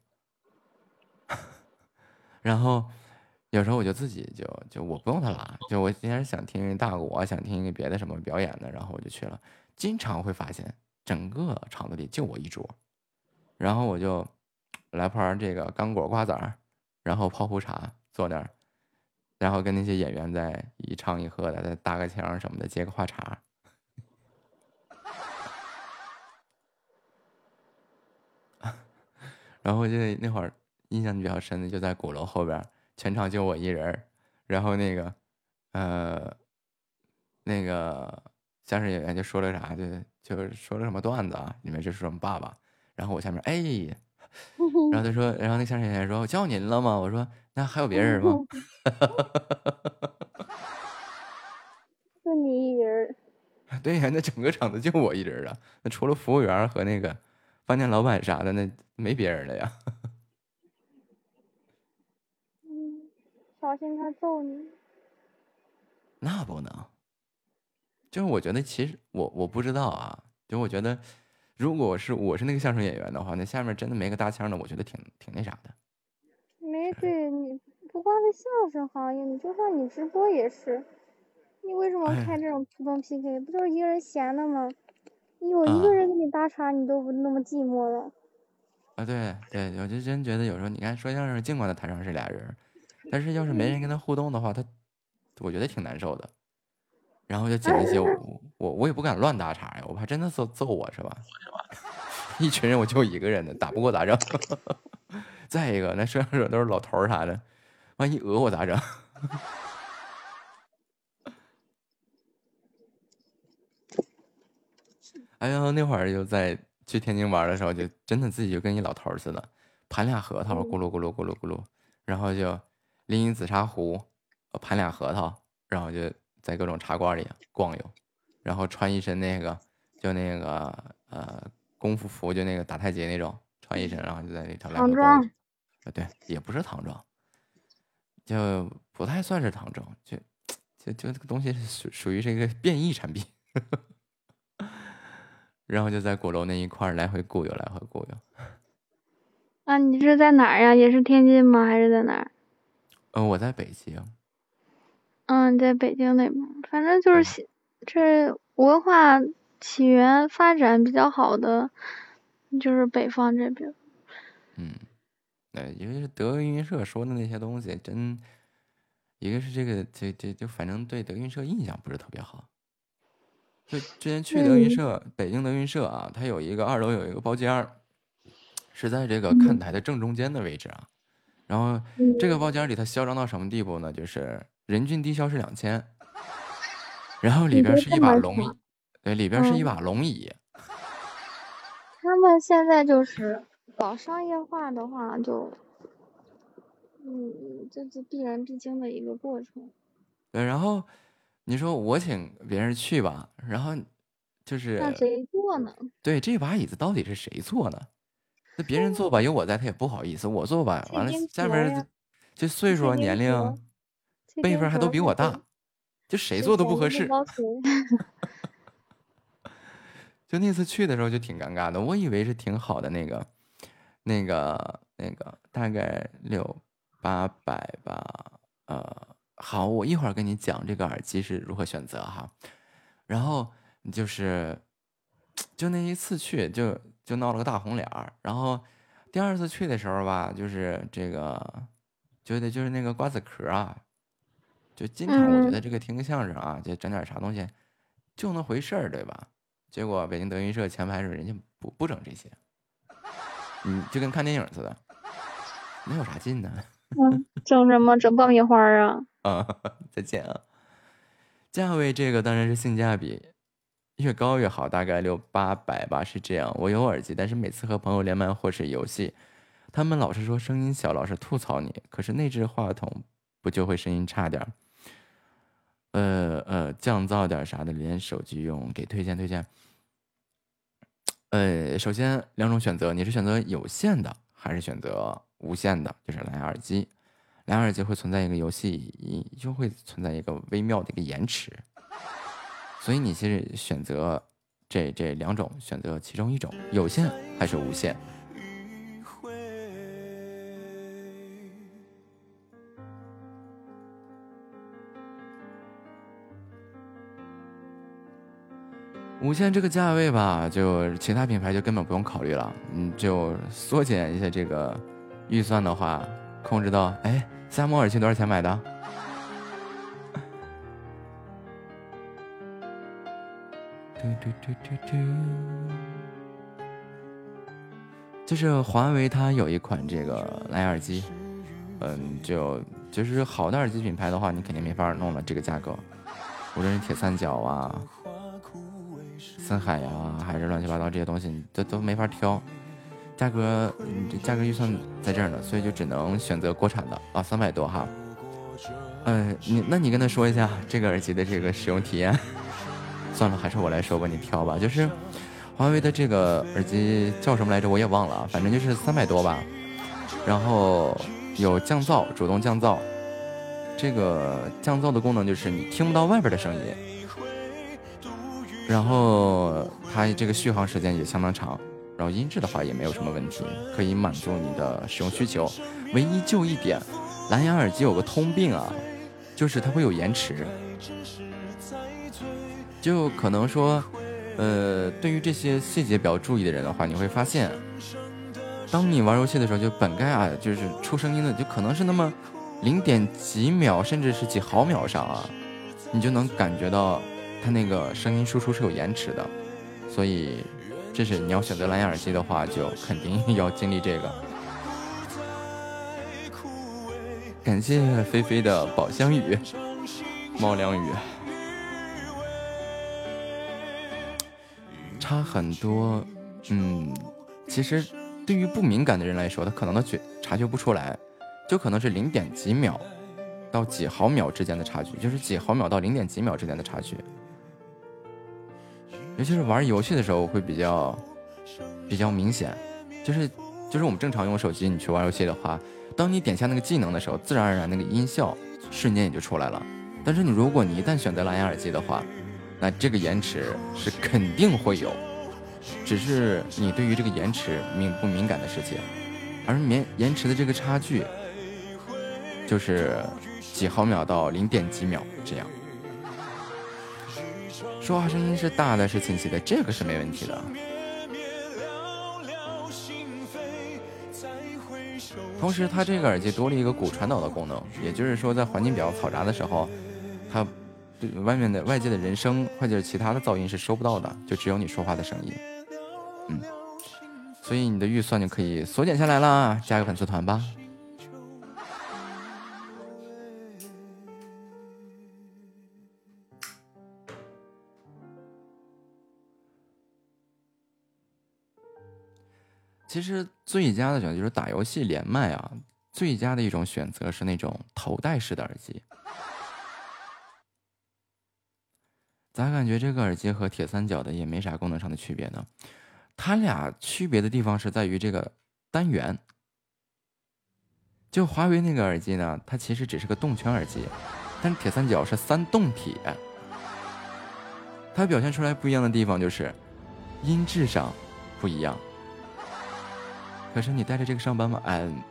Speaker 4: 然后有时候我就自己就我不用他拉，就我今天想听大鼓啊，想听一个别的什么表演的，然后我就去了。经常会发现整个场子里就我一桌，然后我就来盘这个干果瓜子儿，然后泡壶茶坐那儿，然后跟那些演员在一唱一和的，再搭个腔什么的，接个话茬。然后我记得那会儿印象比较深的就在鼓楼后边，全场就我一人，然后那个相声演员就说了啥，就说了什么段子啊，里面就说什么爸爸，然后我下面然后他说，然后那相声演员说我叫您了吗？我说那还有别人吗？
Speaker 5: 就你一人。
Speaker 4: 对呀，那整个场子就我一人啊，那除了服务员和那个饭店老板啥的，那没别人了呀。
Speaker 5: 小心他揍你。
Speaker 4: 那不能，就是我觉得其实我不知道啊，就我觉得如果我是那个相声演员的话，那下面真的没个搭腔的，我觉得挺那啥的。
Speaker 5: 对，你不光是相声行业，你就算你直播也是，你为什么开这种普通 PK？不就是一个人闲的吗？你有一个人给你搭茬，你都不那么寂寞了。
Speaker 4: 啊，对，我就真觉得有时候你看说相声，尽管他台上是俩人，但是要是没人跟他互动的话，我觉得挺难受的。然后就讲一些我也不敢乱搭茬呀，我怕真的揍我是吧？一群人我就一个人的，打不过咋整？再一个那说相声都是老头啥的，万一讹我咋整？哎呀，那会儿就在去天津玩的时候，就真的自己就跟一老头似的，盘俩核桃，咕噜咕噜咕噜咕噜，然后就拎一紫砂壶，盘俩核桃，然后就在各种茶馆里逛悠，然后穿一身那个功夫服，就那个打太极那种，穿一身，然后就在那条来回逛悠。对，也不是唐装，就不太算是唐装，就这个东西属于是一个变异产品。然后就在鼓楼那一块来回雇悠。
Speaker 5: 啊，你是在哪儿呀？也是天津吗？还是在哪儿？
Speaker 4: 我在北京。
Speaker 5: 在北京那边，反正就是这文化起源发展比较好的，就是北方这边。
Speaker 4: 因为是德云社说的那些东西，一个是这个就反正对德云社印象不是特别好。就之前去德云社，北京德云社啊，它有一个2楼有一个包间儿，是在这个看台的正中间的位置啊。 然后这个包间里它嚣张到什么地步呢？就是人均低消是2000，然后里边是一把龙椅，对，里边是一把龙椅。
Speaker 5: 他们现在就是搞商业化的话，就这是必然必经的一个过程。
Speaker 4: 对，然后你说我请别人去吧，然后就是
Speaker 5: 那谁坐呢？
Speaker 4: 对，这把椅子到底是谁坐呢？那别人坐吧，有我在，他也不好意思；我坐吧，完了下面这岁数、年龄、辈分还都比我大，就谁坐都不合适。就那次去的时候就挺尴尬的，我以为是挺好的那个，大概600-800吧。好，我一会儿跟你讲这个耳机是如何选择哈。然后就那一次去就闹了个大红脸儿，然后第二次去的时候吧，就是这个就是那个瓜子壳啊，就经常我觉得这个听个相声啊，就整点啥东西就那回事儿，对吧？结果北京德云社前排是人家不整这些，就跟看电影似的，那有啥劲呢？
Speaker 5: 整什么？整爆米花啊？
Speaker 4: 再见啊！价位这个当然是性价比越高越好，大概600-800吧，是这样。我有耳机，但是每次和朋友连麦或是游戏，他们老是说声音小，老是吐槽你。可是内置话筒不就会声音差点？降噪点啥的，连手机用，给推荐。首先2种选择，你是选择有线的还是选择无线的？就是蓝牙耳机。蓝牙耳机会存在一个游戏，就会存在一个微妙的一个延迟，所以你是选择这2种，选择其中一种，有线还是无线？无线这个价位吧，就其他品牌就根本不用考虑了，就缩减一下这个预算的话，控制到夏末耳机多少钱买的？就是华为它有一款这个蓝牙耳机，就是好的耳机品牌的话，你肯定没法弄了这个价格，无论是铁三角啊、森海呀，还是乱七八糟这些东西，你都没法挑。价格预算在这儿呢，所以就只能选择国产的啊，300多哈。你跟他说一下这个耳机的这个使用体验。算了，还是我来说吧，你挑吧。就是华为的这个耳机叫什么来着，我也忘了，反正就是300多吧。然后有降噪，主动降噪。这个降噪的功能就是你听不到外边的声音，然后它这个续航时间也相当长。然后音质的话也没有什么问题，可以满足你的使用需求。唯一就一点，蓝牙耳机有个通病啊，就是它会有延迟。就可能说，对于这些细节比较注意的人的话，你会发现，当你玩游戏的时候，就本该啊，就是出声音的，就可能是那么0点几秒，甚至是几毫秒上啊，你就能感觉到它那个声音输出是有延迟的，所以。这是你要选择蓝牙耳机的话，就肯定要经历这个。感谢菲菲的宝香雨、猫粮雨，差很多。其实对于不敏感的人来说，他可能都察觉不出来，就可能是0点几秒到几毫秒之间的差距，就是几毫秒到0点几秒之间的差距。尤其是玩游戏的时候会比较明显，就是我们正常用手机，你去玩游戏的话，当你点下那个技能的时候，自然而然那个音效瞬间也就出来了。但是如果你一旦选择蓝牙耳机的话，那这个延迟是肯定会有，只是你对于这个延迟不敏感的事情，而延迟的这个差距就是几毫秒到0点几秒这样。说话声音是大的，是清晰的，这个是没问题的。同时，它这个耳机多了一个骨传导的功能，也就是说，在环境比较嘈杂的时候，它对外界的人声或者其他的噪音是收不到的，就只有你说话的声音。所以你的预算就可以缩减下来啦，加个粉丝团吧。 其实最佳的选择就是打游戏连麦啊，最佳的一种选择是那种头戴式的耳机。咋感觉这个耳机和铁三角的也没啥功能上的区别呢？它俩区别的地方是在于这个单元。就华为那个耳机呢，它其实只是个动圈耳机，但是铁三角是3动体。它表现出来不一样的地方就是音质上不一样。可是你带着这个上班吗？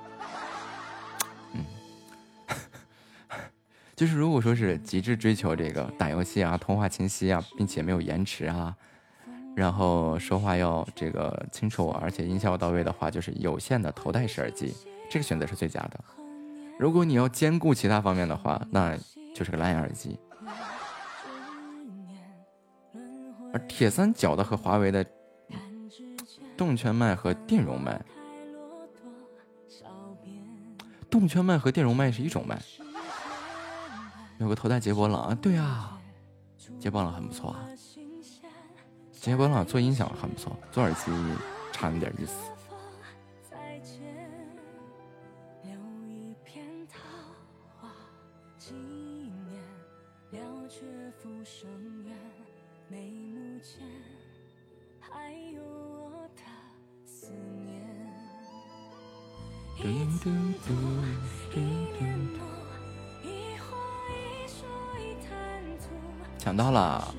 Speaker 4: 就是如果说是极致追求这个打游戏啊、通话清晰啊，并且没有延迟啊，然后说话要这个清楚，而且音效到位的话，就是有线的头戴式耳机，这个选择是最佳的。如果你要兼顾其他方面的话，那就是个蓝牙耳机。而铁三角的和华为的动圈麦和电容麦，动圈麦和电容麦是一种麦。有个头戴杰波朗啊，对啊，杰波朗很不错啊，杰波朗做音响很不错，做耳机差那点意思。抢到了！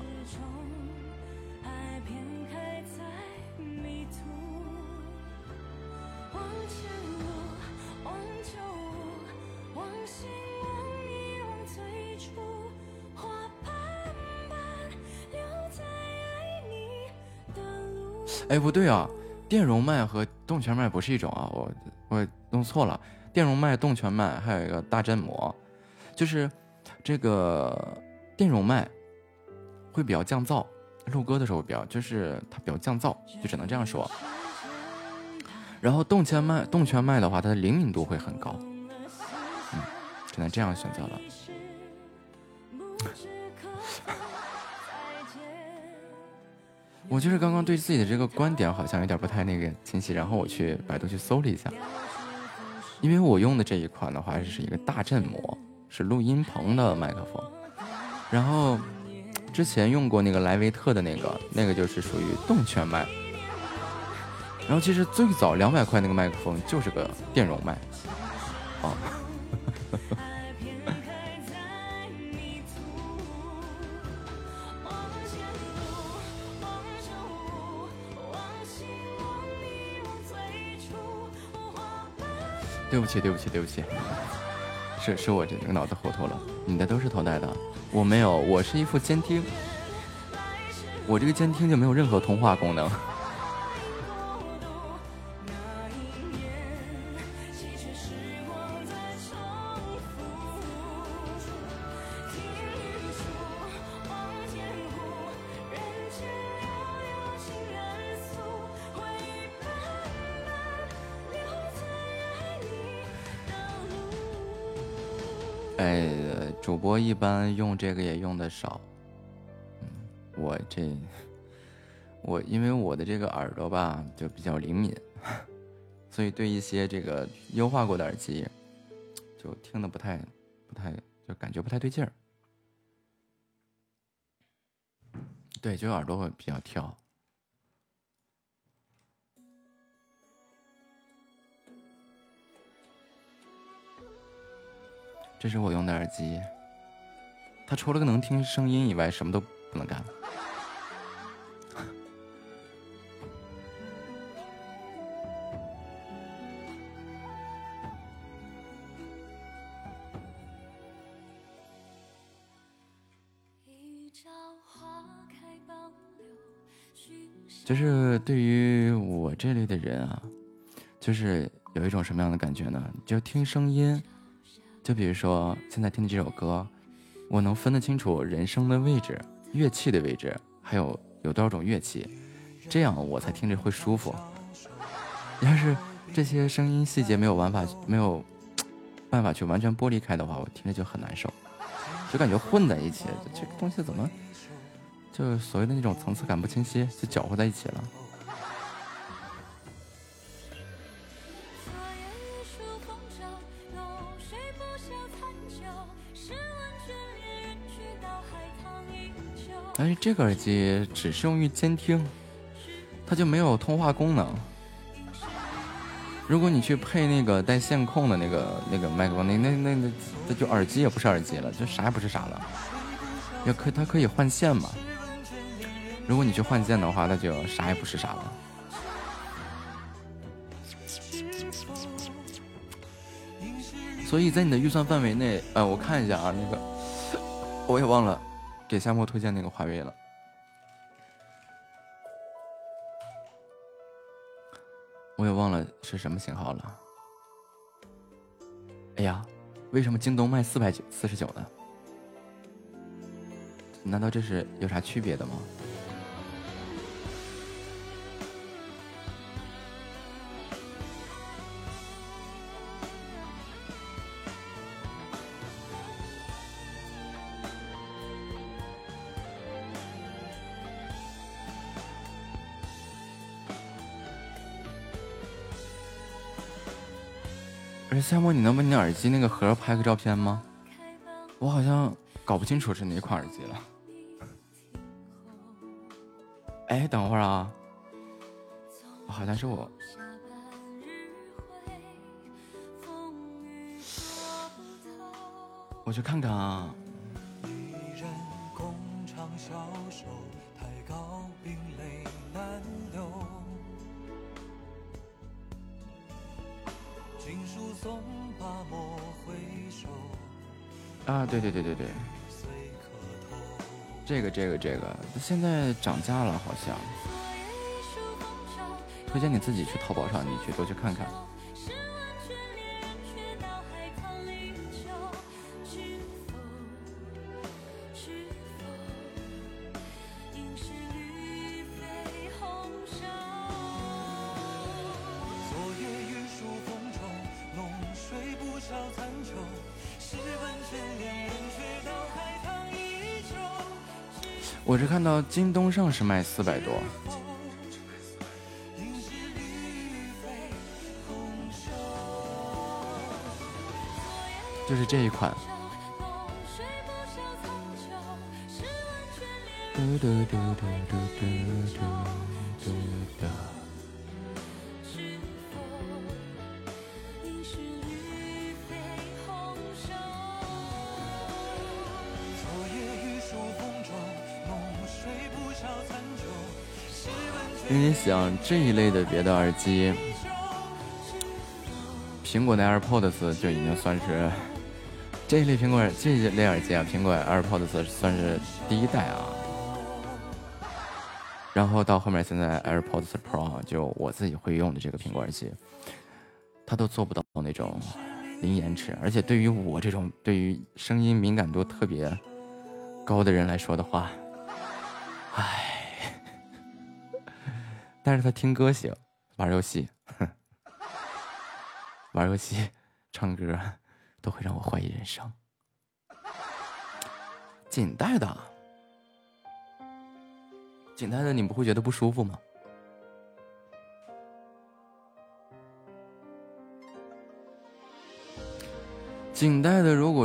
Speaker 4: 哎，不对啊，电容麦和动圈麦不是一种啊，我弄错了。电容麦、动圈麦还有一个大振膜，就是这个电容麦会比较降噪，录歌的时候就是它比较降噪，就只能这样说。然后动圈麦的话，它的灵敏度会很高，只能这样选择了。我就是刚刚对自己的这个观点好像有点不太那个清晰，然后我去百度去搜了一下，因为我用的这一款的话是一个大振膜，是录音棚的麦克风，然后之前用过那个莱维特的那个就是属于动圈麦，然后其实最早200块那个麦克风就是个电容麦，哦。对不起，是我这个脑子糊涂了。你的都是头戴的，我没有，我是一副监听，我这个监听就没有任何通话功能。主播一般用这个也用的少，我因为我的这个耳朵吧就比较灵敏，所以对一些这个优化过的耳机就听的不太就感觉不太对劲儿，对，就耳朵会比较跳。这是我用的耳机，它除了个能听声音以外，什么都不能干。就是对于我这类的人啊，就是有一种什么样的感觉呢？就听声音。就比如说现在听的这首歌，我能分得清楚人声的位置、乐器的位置，还有多少种乐器，这样我才听着会舒服。要是这些声音细节没有办法去完全剥离开的话，我听着就很难受，就感觉混在一起，这个东西怎么就所谓的那种层次感不清晰，就搅和在一起了。 哎，这个耳机只适用于监听，它就没有通话功能。如果你去配那个带线控的那个麦克风，那就耳机也不是耳机了，就啥也不是啥了。它可以换线嘛？如果你去换线的话，那就啥也不是啥了。所以在你的预算范围内，我看一下啊，那个我也忘了给夏沫推荐那个华为了。我也忘了是什么型号了。哎呀，为什么京东卖449呢？难道这是有啥区别的吗？夏沫，你能把你的耳机那个盒拍个照片吗？我好像搞不清楚是哪款耳机了。哎，等会儿啊，好像是我。我去看看啊。啊，对，这个，现在涨价了，好像。推荐你自己去淘宝上，你去多去看看。我是看到京东上是卖400多，就是这一款。因为想这一类的别的耳机，苹果的 AirPods 就已经算是这一类耳机啊，苹果 AirPods 算是第一代啊。然后到后面现在 AirPods Pro 就我自己会用的这个苹果耳机，它都做不到那种零延迟，而且对于我这种对于声音敏感度特别高的人来说的话，唉。但是他听歌行，玩游戏，玩游戏、唱歌都会让我怀疑人生。紧带的，你不会觉得不舒服吗？紧带的，如果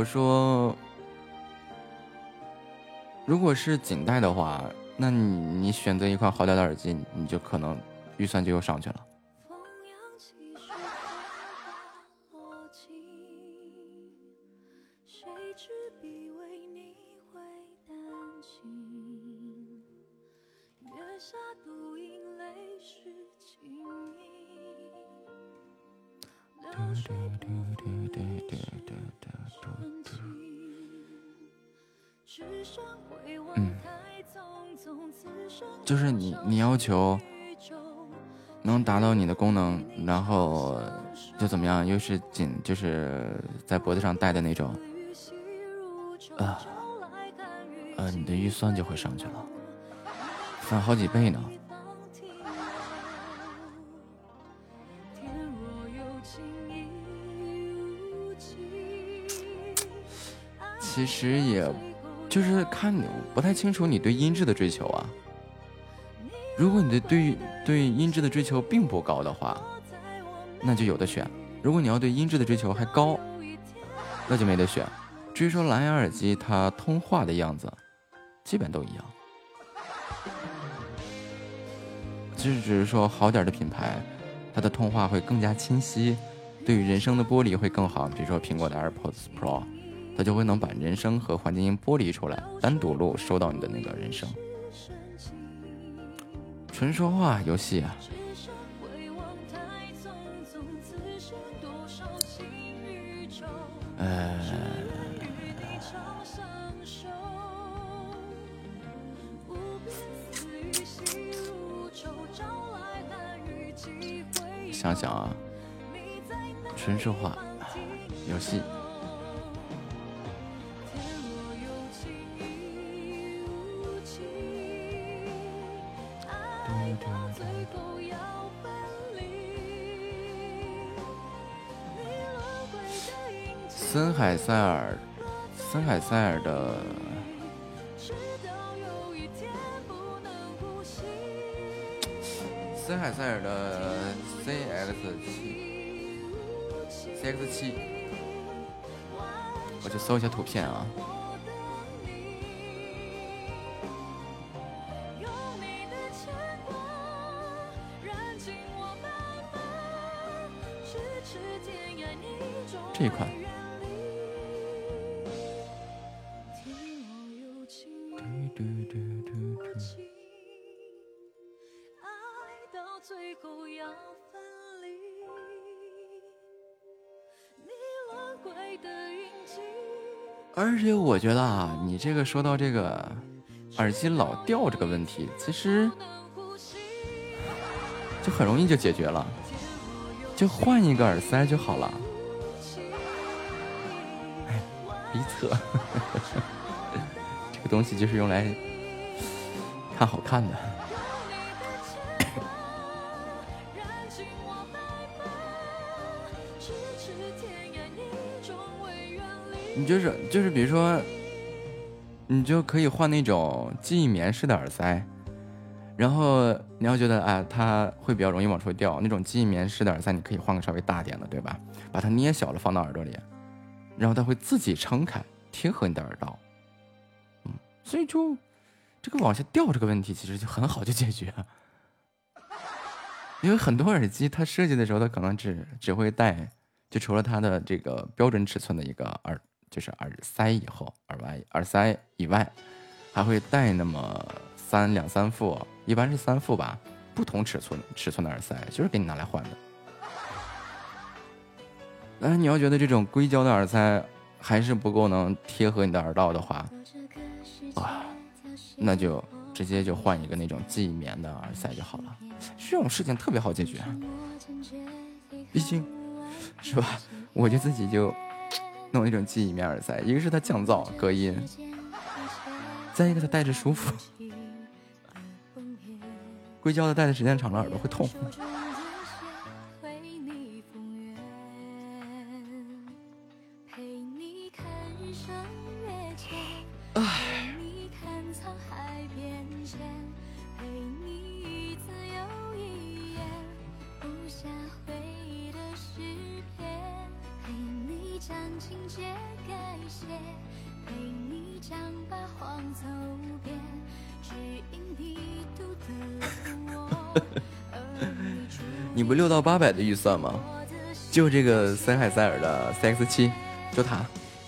Speaker 4: 是紧带的话。那你选择一款好点的耳机，你就可能预算就又上去了。就是你要求能达到你的功能，然后就怎么样，又是就是在脖子上戴的那种，你的预算就会上去了，翻好几倍呢。其实也就是看你，不太清楚你对音质的追求啊。如果你的对音质的追求并不高的话，那就有的选； 如果你要对音质的追求还高，那就没得选。至于说蓝牙耳机它通话的样子基本都一样，只是说好点的品牌它的通话会更加清晰，对于人声的剥离会更好。比如说苹果的 AirPods Pro， 它就会能把人声和环境音剥离出来，单独录收到你的那个人声。纯说话游戏啊，想想啊，纯说话游戏，森海塞尔的CX7，我就搜一下图片啊。这一款。而且我觉得啊，你这个说到这个耳机老掉这个问题，其实就很容易就解决了，就换一个耳塞就好了。哎，逼测，这个东西就是用来看好看的。你就是比如说，你就可以换那种记忆棉式的耳塞，然后你要觉得啊，它会比较容易往出掉，那种记忆棉式的耳塞你可以换个稍微大点的，对吧？把它捏小了放到耳朵里，然后它会自己撑开贴合你的耳道，所以就这个往下掉这个问题其实就很好就解决，因为很多耳机它设计的时候它可能只会带，就除了它的这个标准尺寸的一个就是耳塞耳塞以外，还会带那么两三副，一般是3副吧，不同尺寸的耳塞，就是给你拿来换的。但是你要觉得这种硅胶的耳塞还是不够能贴合你的耳道的话，那就直接就换一个那种记忆棉的耳塞就好了。这种事情特别好解决，毕竟是吧？我就自己就弄那种记忆棉耳塞，一个是它降噪隔音，再一个它戴着舒服，硅胶的戴的时间长了耳朵会痛。你不600到800的预算吗？就这个森海塞尔的 CX7， 就它。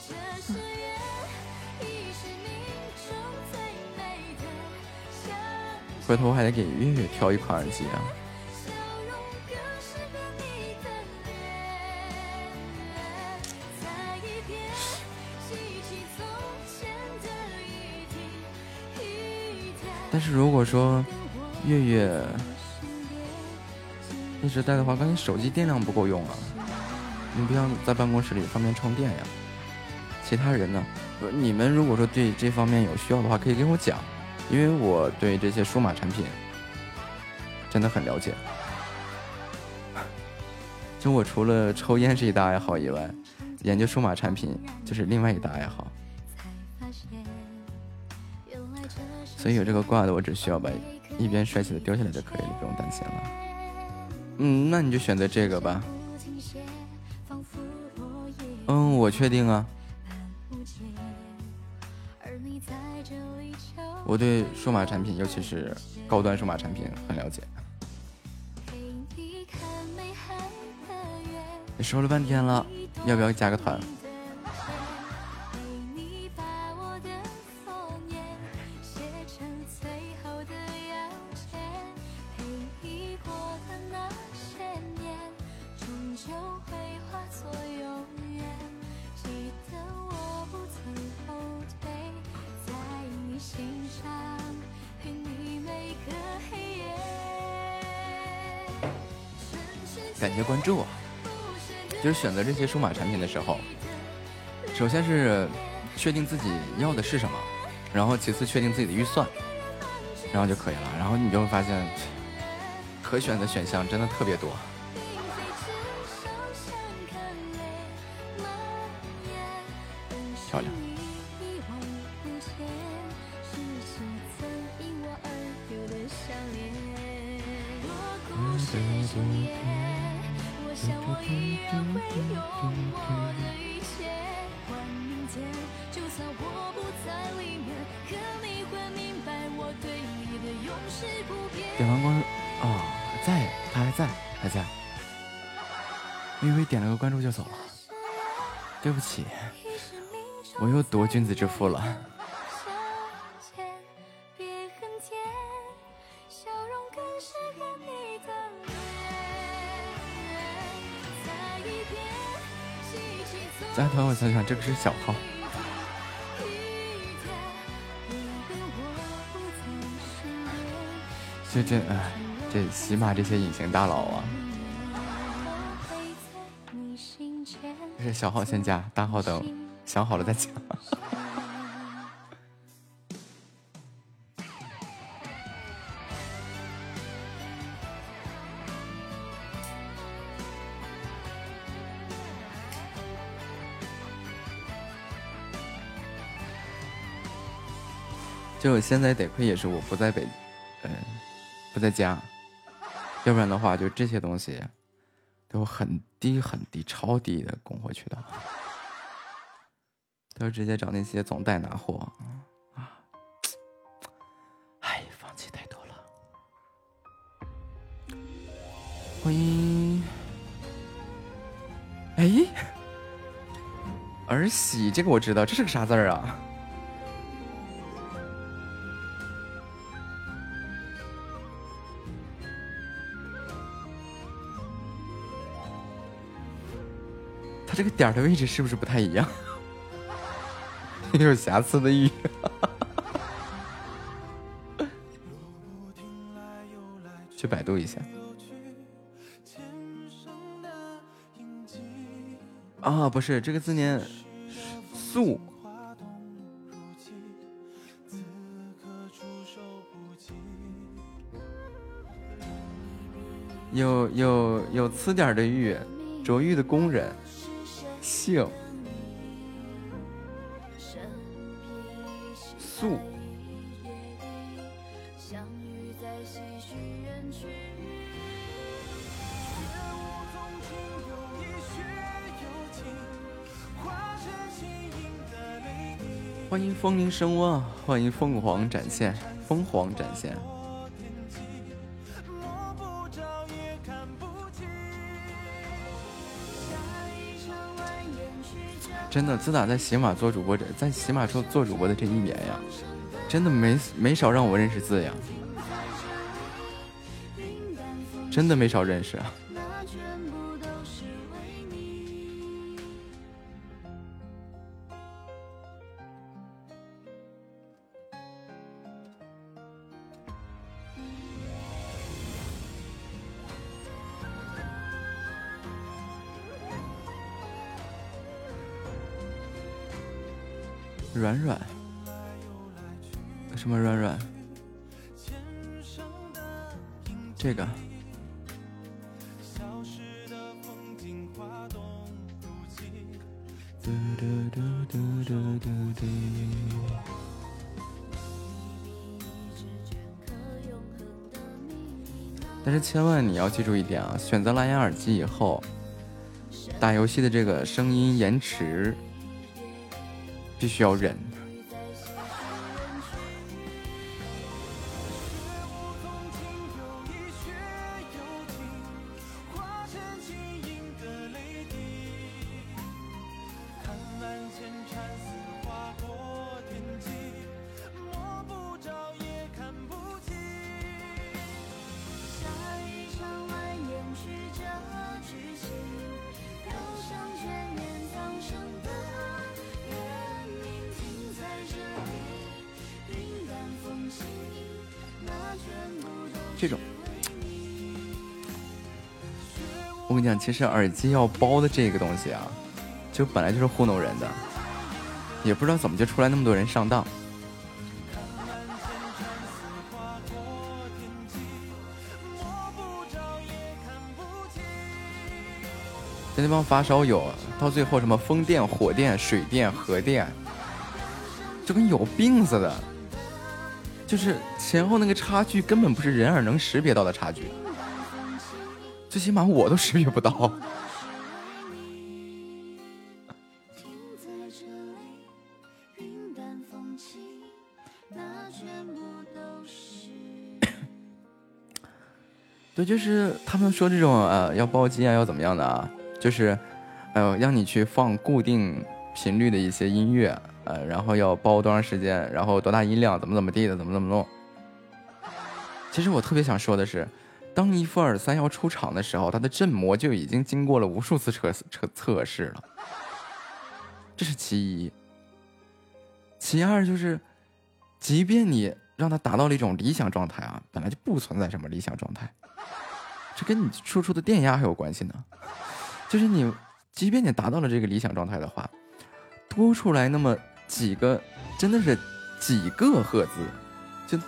Speaker 4: 回头还得给月月挑一款耳机啊。但是如果说月月一直带的话，关键手机电量不够用啊，你不要在办公室里方便充电呀。其他人呢？你们如果说对这方面有需要的话，可以跟我讲，因为我对这些数码产品真的很了解。就我除了抽烟是一大爱好以外，研究数码产品就是另外一大爱好。所以有这个挂的，我只需要把一边帅气的丢下来就可以了，不用担心了。那你就选择这个吧。 我确定啊。我对数码产品，尤其是高端数码产品很了解。你说了半天了，要不要加个团？感谢关注啊！就是选择这些数码产品的时候，首先是确定自己要的是什么，然后其次确定自己的预算，然后就可以了。然后你就会发现，可选的选项真的特别多。漂亮。点完关注啊，在，他还在，还在。我以为点了个关注就走了，对不起，我又夺君子之腹了。加团，我想想，这个是小号。这喜马这些隐形大佬啊，这是小号先加，大号等想好了再加。就现在得亏也是我不在不在家，要不然的话，就这些东西都很低很低、超低的供货渠道，都直接找那些总代拿货啊！哎，放弃太多了。欢迎，哎，儿媳，这个我知道，这是个啥字儿啊？这个点的位置是不是不太一样？有瑕疵的玉。去百度一下。啊，不是这个字念素。有词点的玉，琢玉的工人。姓素，欢迎风铃声蛙，欢迎凤凰展现，凤凰展现。真的，自打在喜马做主播在喜马做主播的这一年呀，真的没少让我认识字呀，真的没少认识啊。软软，什么软软？这个。但是千万你要记住一点啊，选择蓝牙耳机以后， 打游戏的这个声音延迟必须要忍。这种，我跟你讲，其实耳机要包的这个东西啊，就本来就是糊弄人的，也不知道怎么就出来那么多人上当。就那帮发烧友，到最后什么风电、火电、水电、核电，就跟有病似的。就是前后那个差距根本不是人耳能识别到的差距，最起码我都识别不到。对，就是他们说这种要包机啊，要怎么样的啊，就是让你去放固定频率的一些音乐。然后要包多长时间，然后多大音量，怎么地的，怎么弄。其实我特别想说的是，当一副耳塞要出厂的时候，它的振膜就已经经过了无数次测试了，这是其一。其二就是，即便你让它达到了一种理想状态啊，本来就不存在什么理想状态，这跟你输出的电压还有关系呢。就是你，即便你达到了这个理想状态的话，多出来那么几个，真的是几个赫兹，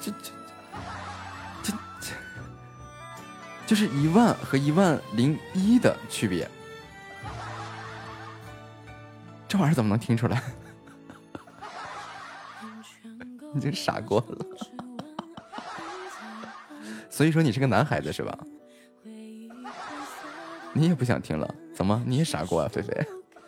Speaker 4: 就是10000和10001的区别，这玩意儿怎么能听出来？你这傻过了。所以说你是个男孩子是吧？你也不想听了？怎么你也傻过啊，菲菲？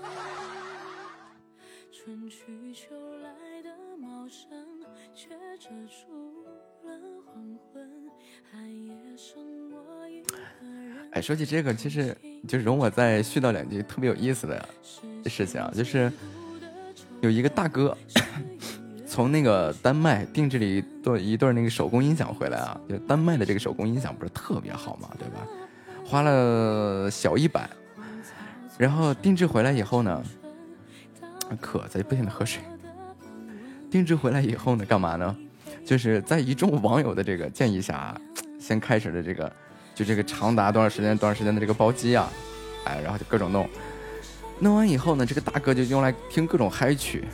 Speaker 4: 哎，说起这个，其实就容我再絮叨2句特别有意思的事情啊，就是有一个大哥从那个丹麦定制了一对那个手工音响回来啊，就丹麦的这个手工音响不是特别好嘛，对吧？花了小100，然后定制回来以后呢，渴在不停的喝水。定制回来以后呢，干嘛呢？就是在一众网友的这个建议下，先开始了这个长达多少时间的这个包机啊，哎，然后就各种弄完以后呢，这个大哥就用来听各种嗨曲。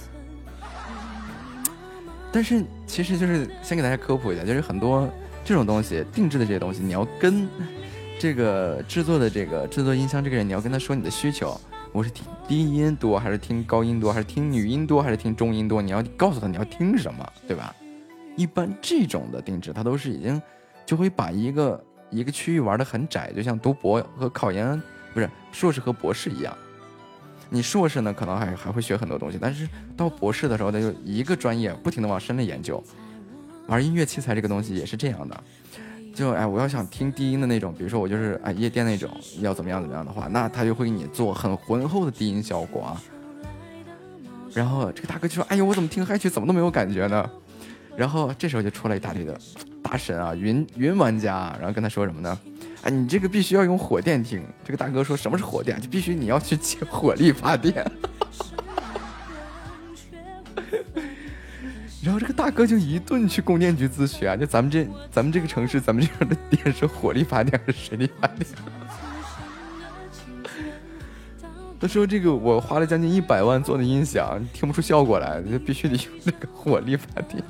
Speaker 4: 但是其实就是先给大家科普一下，就是很多这种东西定制的这些东西，你要跟这个制作音箱这个人，你要跟他说你的需求，我是听低音多还是听高音多，还是听女音多还是听中音多，你要告诉他你要听什么，对吧？一般这种的定制它都是已经就会把一个区域玩得很窄，就像读博和考研，不是硕士和博士一样。你硕士呢可能还会学很多东西，但是到博士的时候他就一个专业不停的往深了研究。而音乐器材这个东西也是这样的，就我要想听低音的那种，比如说我就是夜店那种要怎么样的话，那他就会给你做很浑厚的低音效果啊。然后这个大哥就说，哎呦，我怎么听嗨曲怎么都没有感觉呢？然后这时候就出来一大堆的大神啊，云玩家，然后跟他说什么呢？哎，你这个必须要用火电听。这个大哥说，什么是火电？就必须你要去接火力发电。然后这个大哥就一顿去供电局咨询啊，就咱们这个城市，咱们这样的电是火力发电还是水力发电？他说这个我花了将近100万做的音响，听不出效果来，就必须得用这个火力发电。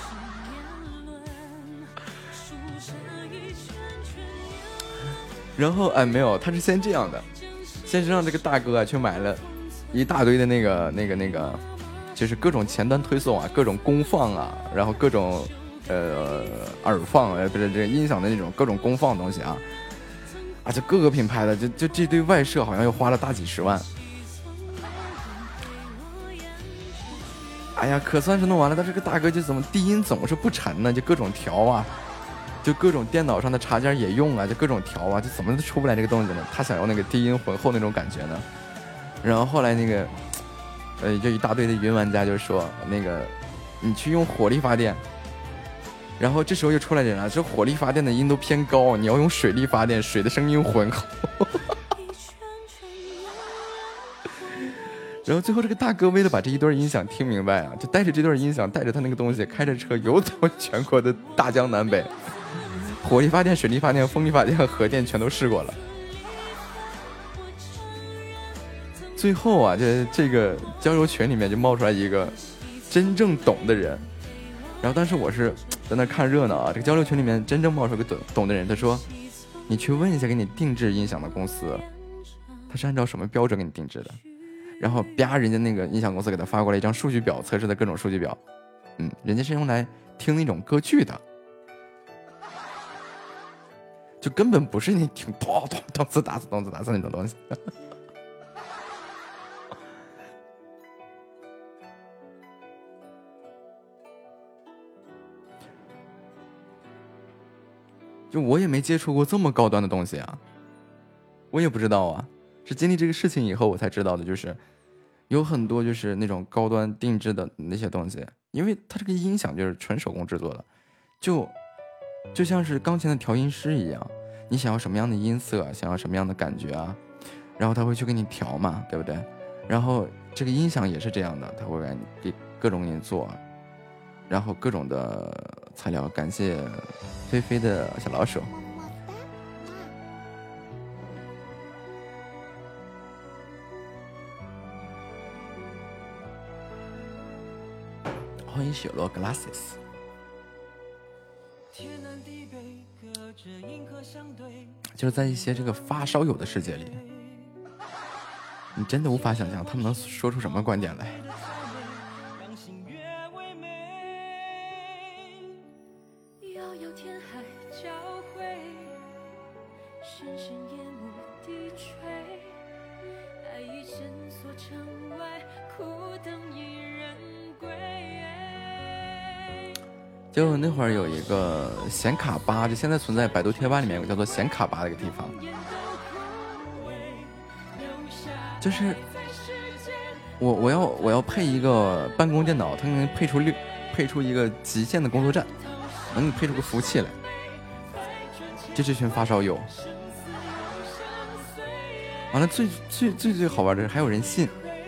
Speaker 4: 然后没有，他是先这样的，先是让这个大哥去买了一大堆的那个，就是各种前端推送啊，各种功放啊，然后各种耳放，不是这音响的那种各种功放的东西啊。 啊，就各个品牌的，就这堆外设好像又花了大几十万。哎呀，可算是弄完了，但这个大哥就怎么低音总是不沉呢？就各种调啊，就各种电脑上的插件也用啊，就各种调啊，就怎么都出不来这个动静呢？他想要那个低音浑厚那种感觉呢。然后后来那个，就一大堆的云玩家就说那个，你去用火力发电。然后这时候又出来人了，这火力发电的音都偏高，你要用水力发电，水的声音浑厚。然后最后这个大哥为了把这一段音响听明白啊，就带着这段音响，带着他那个东西，开着车游走全国的大江南北，火力发电、水力发电、风力发电、核电全都试过了。最后啊，这个交流群里面就冒出来一个真正懂的人。然后当时我是在那看热闹啊，这个交流群里面真正冒出个懂的人，他说你去问一下给你定制音响的公司，他是按照什么标准给你定制的。然后啪，人家那个音响公司给他发过来一张数据表，测试的各种数据表，人家是用来听那种歌剧的，就根本不是你听咚咚咚次打次咚次打次那种东西。就我也没接触过这么高端的东西啊，我也不知道啊，是经历这个事情以后我才知道的，就是有很多就是那种高端定制的那些东西，因为它这个音响就是纯手工制作的，就像是钢琴的调音师一样，你想要什么样的音色，想要什么样的感觉啊，然后他会去给你调嘛，对不对？然后这个音响也是这样的，他会给各种给你做，然后各种的材料。感谢菲菲的小老鼠。欢迎雪落 glasses。 就是在一些这个发烧友的世界里，你真的无法想象他们能说出什么观点来。就那会儿有一个显卡吧，就现在存在百度贴吧里面有个叫做显卡吧的一个地方，就是我要配一个办公电脑，它能配出一个极限的工作站，能配出个服务器来。就这群发烧友，完了最好玩的是还有人信。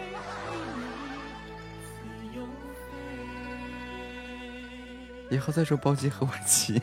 Speaker 4: 以后再说包机和晚期。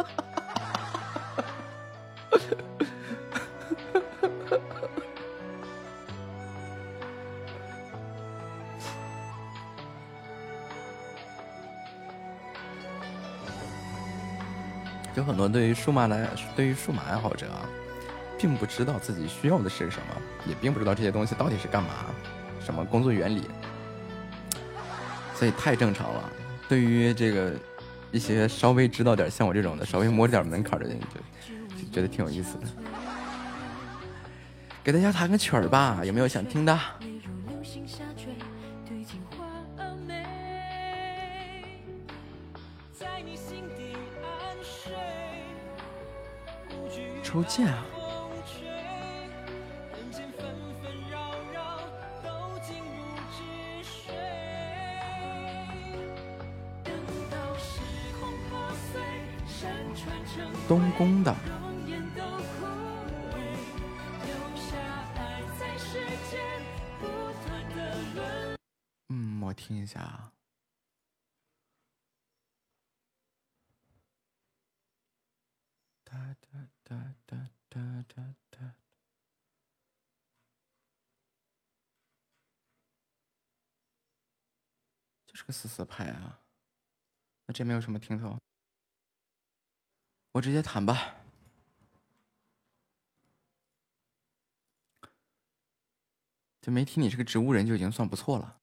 Speaker 4: 有很多对于数码爱好者啊，并不知道自己需要的是什么，也并不知道这些东西到底是干嘛，什么工作原理，所以太正常了。对于这个一些稍微知道点像我这种的稍微摸着点门槛的人，就觉得挺有意思的。给大家弹个曲儿吧，有没有想听的？抽剑啊！东宫的，我听一下啊。就是个死派啊，那这没有什么听头。我直接弹吧。这没提你是个植物人就已经算不错了。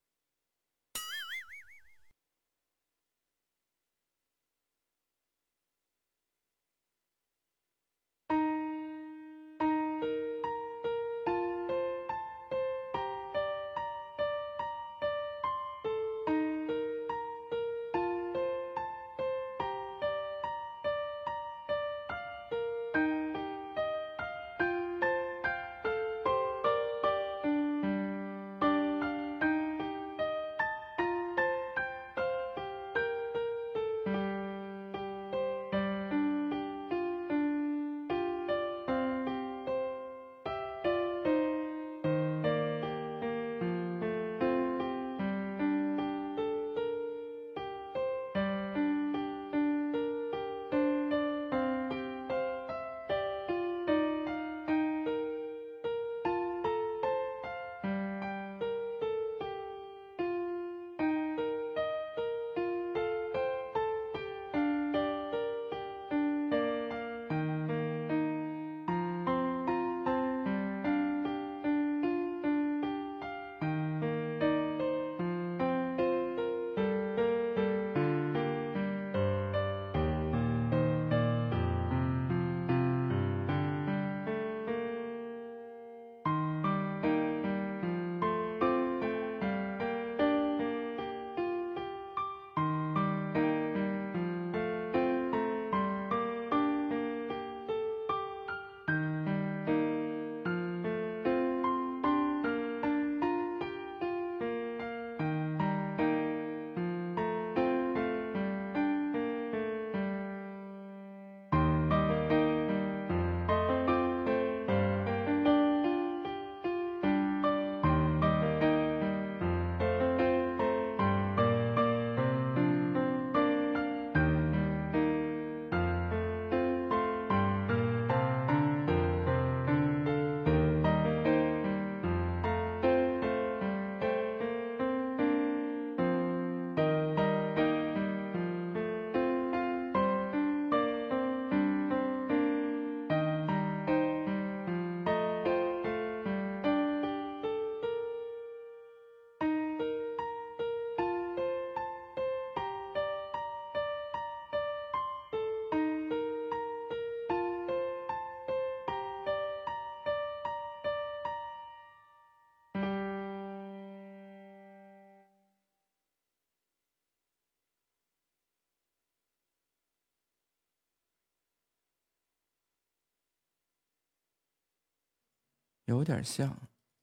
Speaker 4: 有点像，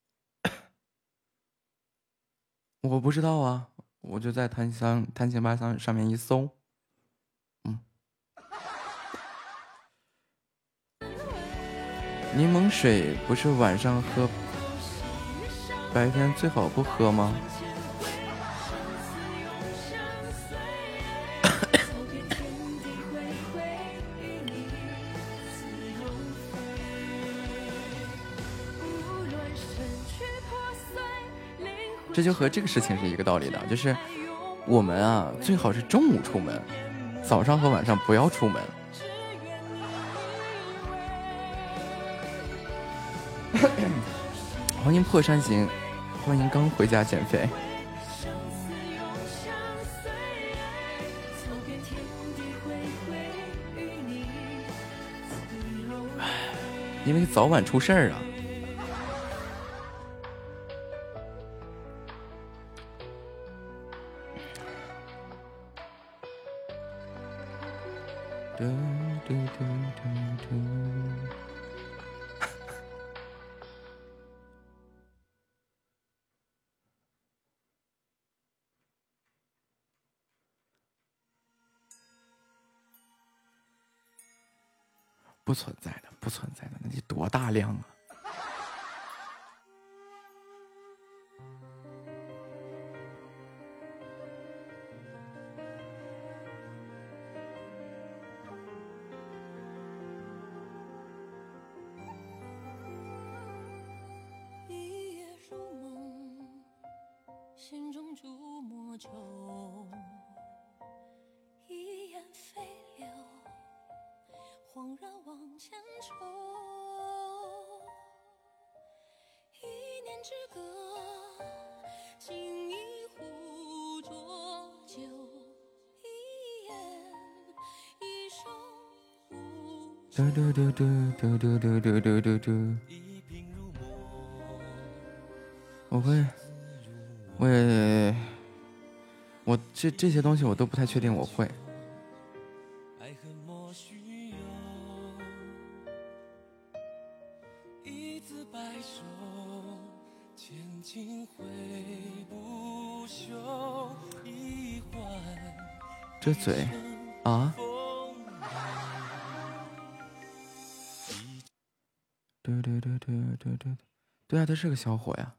Speaker 4: 我不知道啊，我就在弹琴吧上面一搜，柠檬水不是晚上喝，白天最好不喝吗？这就和这个事情是一个道理的，就是我们啊，最好是中午出门，早上和晚上不要出门。欢迎破山行，欢迎刚回家减肥。因为早晚出事儿啊。不存在的，不存在的，那得多大量啊！
Speaker 3: 一夜入梦，心中逐墨酒，一眼飞流，恍然往前冲。一念之隔，尽一壶浊酒，一眼一生无
Speaker 4: 嘟嘟嘟嘟嘟嘟嘟嘟嘟嘟嘟。我这些东西我都不太确定我会。这嘴啊！对对对对对对，对啊，他是个小伙呀。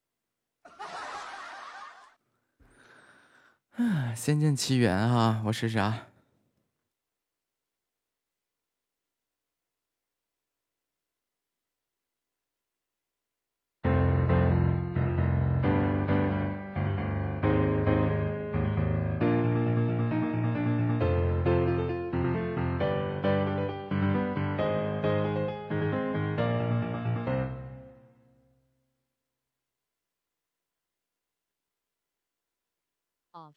Speaker 4: 啊，《仙剑奇缘》啊，我试试啊。
Speaker 7: Off.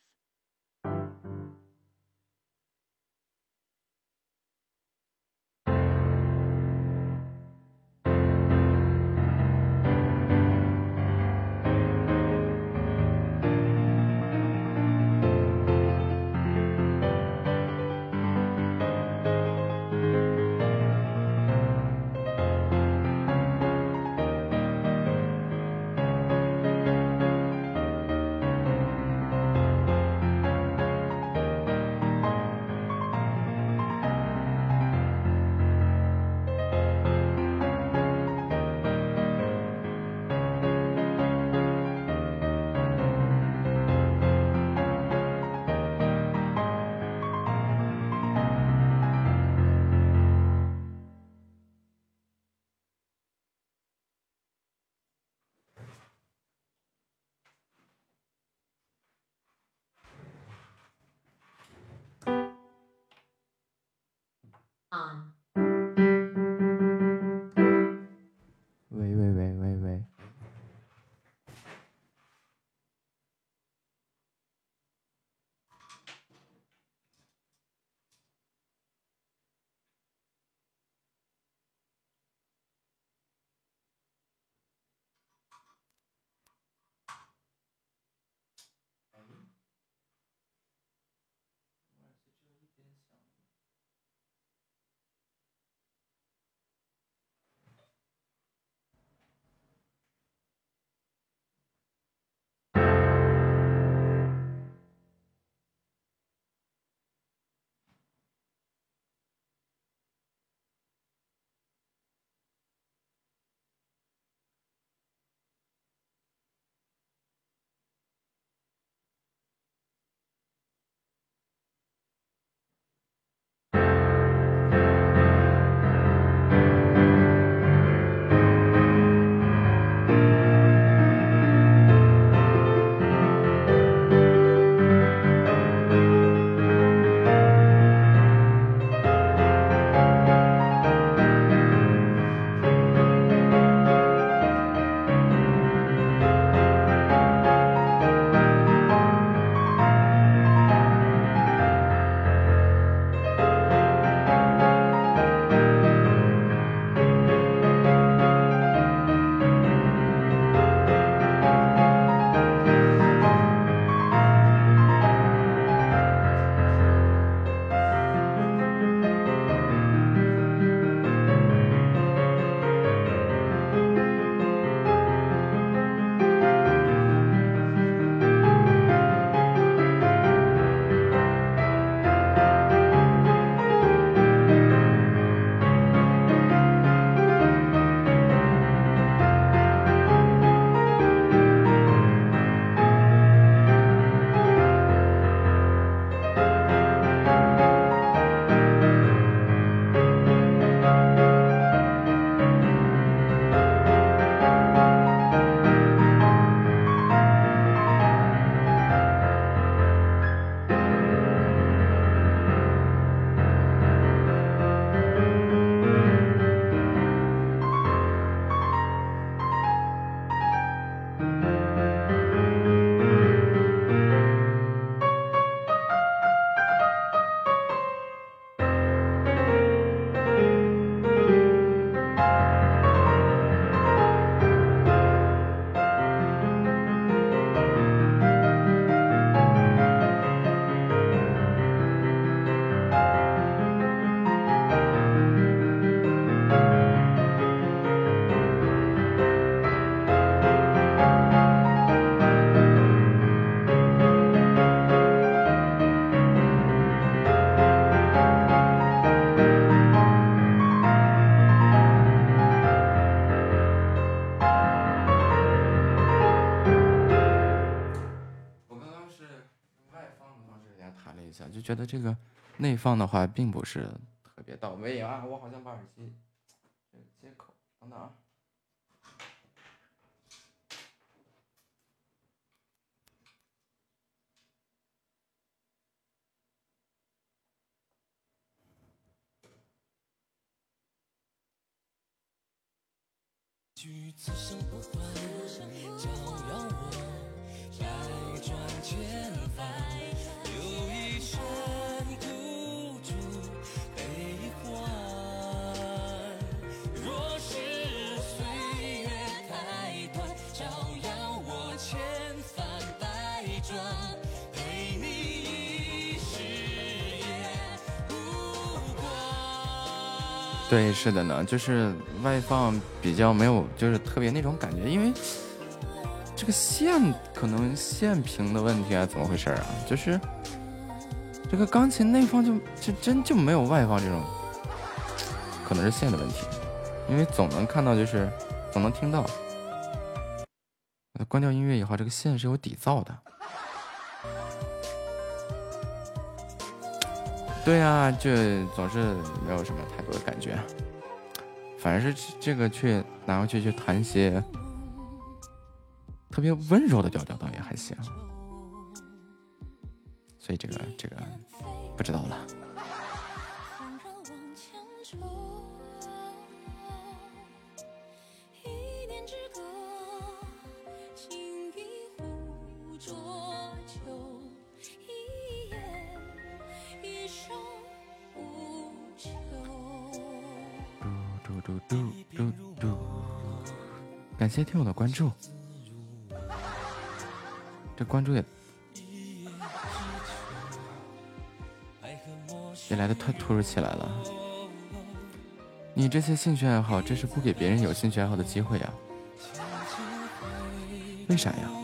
Speaker 4: 喂喂喂喂喂。 就觉得这个内放的话并不是特别到位啊。我好像把耳机这个接口，等等啊。此生不换，照耀我百转千帆，留一身孤注悲欢。若是岁月太短，照耀我千帆百转，陪你一世也无关。对，是的呢，就是外放比较没有，就是特别那种感觉，因为这个线可能线平的问题啊，怎么回事啊？就是这个钢琴内放就真就没有外放这种，可能是线的问题，因为总能看到，就是总能听到。关掉音乐以后，这个线是有底噪的。对啊，就总是没有什么太多的感觉。反正是这个去拿回去弹些特别温柔的调调倒也还行，所以这个不知道了。感谢听友的关注，这关注也来的太突如其来了。你这些兴趣爱好，这是不给别人有兴趣爱好的机会呀？为啥呀？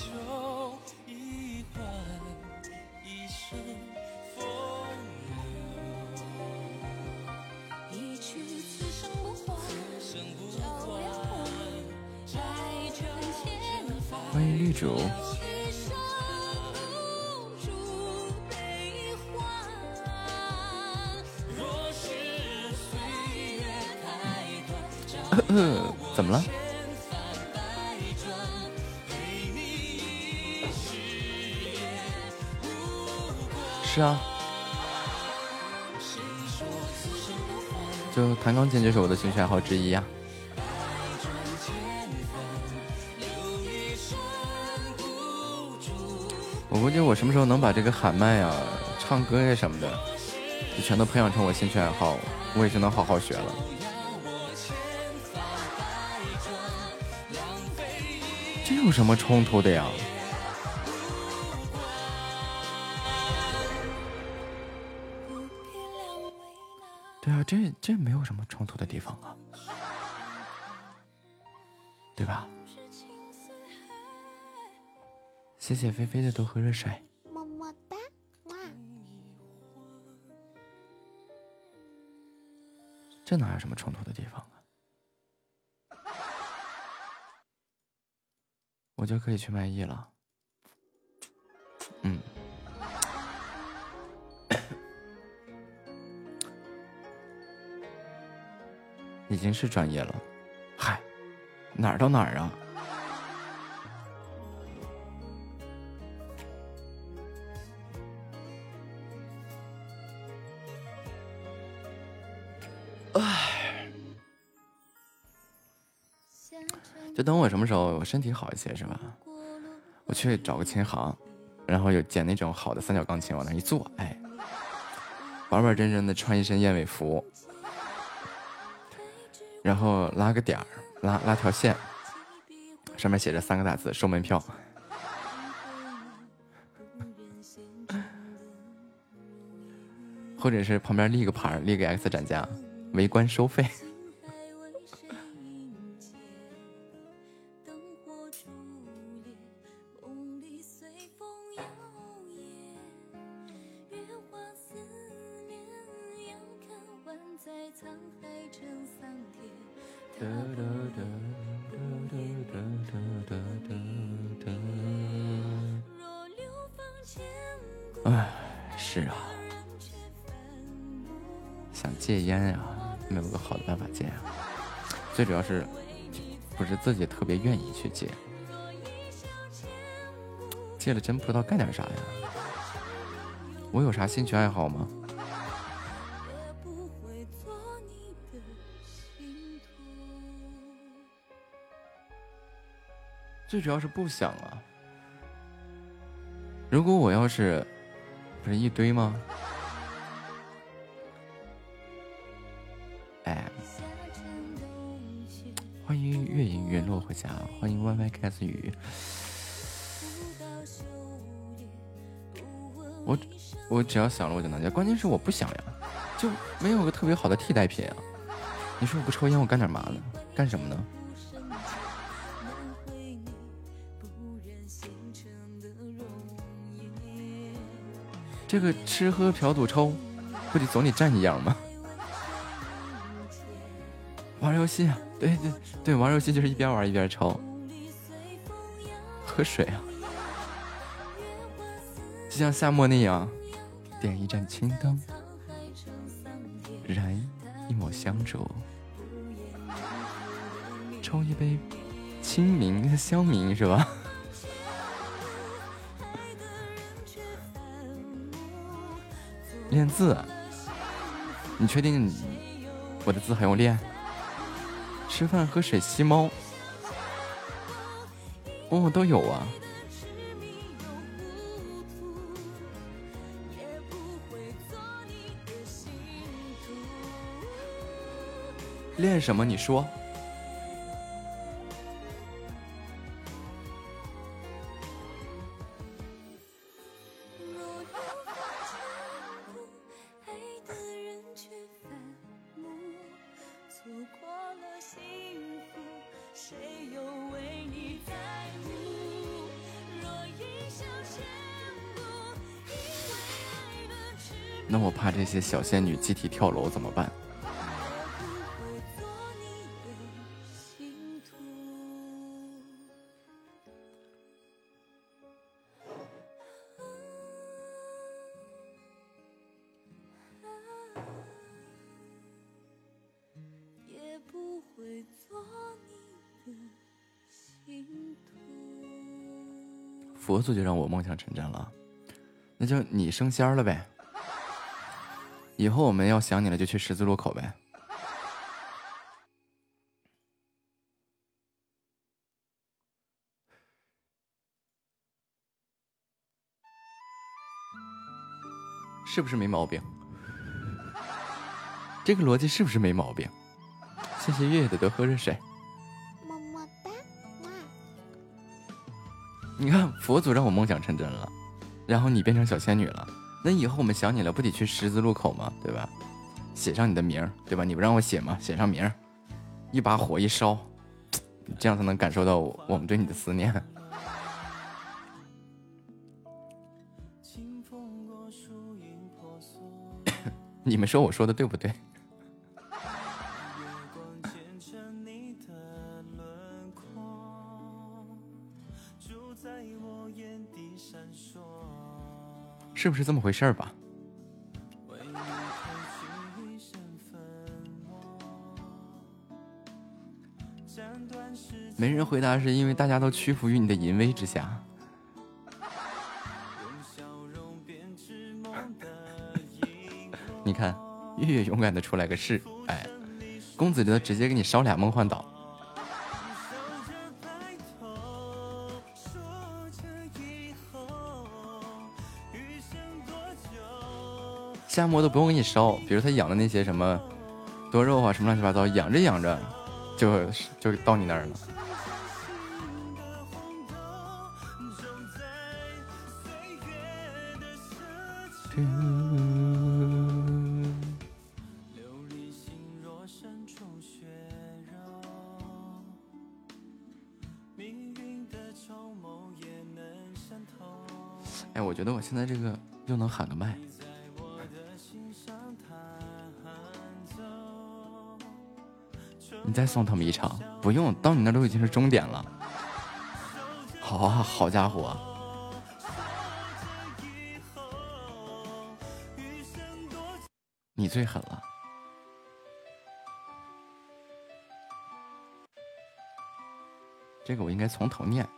Speaker 4: 欢迎绿主。怎么了？是啊，就弹钢琴就是我的兴趣爱好之一呀。我估计我什么时候能把这个喊麦啊、唱歌呀什么的，就全都培养成我兴趣爱好，我也就能好好学了。这有什么冲突的呀？对啊，这没有什么冲突的地方啊，对吧？谢谢菲菲的多喝热水，
Speaker 2: 么么哒，哇！
Speaker 4: 这哪有什么冲突的地方啊？我就可以去卖艺了。嗯，已经是专业了。嗨，哪儿到哪儿啊？就等我什么时候我身体好一些是吧？我去找个琴行，然后有捡那种好的三角钢琴往那一坐，哎，板板正正的穿一身燕尾服，然后拉个点儿，拉条线，上面写着3个大字：收门票。或者是旁边立个牌，立个 X 展架，围观收费。 是啊，想戒烟啊，没有个好的办法戒啊。最主要是不是自己特别愿意去戒，戒了真不知道干点啥呀。我有啥兴趣爱好吗？最主要是不想啊。如果我要是不是一堆吗？哎，欢迎月影陨落回家，欢迎 YY 开子雨。我只要想了我就能戒，关键是我不想呀，就没有个特别好的替代品啊。你说我不抽烟，我干点嘛呢？干什么呢？这个吃喝嫖赌抽，不得走你站一样吗？玩游戏啊，对，玩游戏就是一边玩一边抽，喝水啊，就像夏末那样，点一盏青灯，燃一抹香烛，抽一杯清明的香茗，是吧？练字啊？你确定我的字还用练？吃饭喝水吸猫，哦，都有啊。练什么？你说。那我怕这些小仙女集体跳楼怎么办？佛祖就让我梦想成真了，那就你升仙了呗。以后我们要想你了就去十字路口呗。是不是没毛病？这个逻辑是不是没毛病？谢谢月月的多喝热水。
Speaker 2: 么么哒，哇！
Speaker 4: 你看佛祖让我梦想成真了，然后你变成小仙女了。那以后我们想你了，不得去十字路口吗？对吧？写上你的名，对吧？你不让我写吗？写上名，一把火一烧，这样才能感受到我们对你的思念。你们说我说的对不对？是不是这么回事儿吧？没人回答，是因为大家都屈服于你的淫威之下。你看，月月勇敢的出来个是，哎，公子就直接给你烧俩梦幻岛。夏末都不用给你烧，比如他养的那些什么多肉啊，什么乱七八糟，养着养着就到你那儿了。哎，我觉得我现在这个又能喊个麦。你再送他们一场，不用，到你那都已经是终点了。好啊，好家伙！ 你最狠了。这个我应该从头念。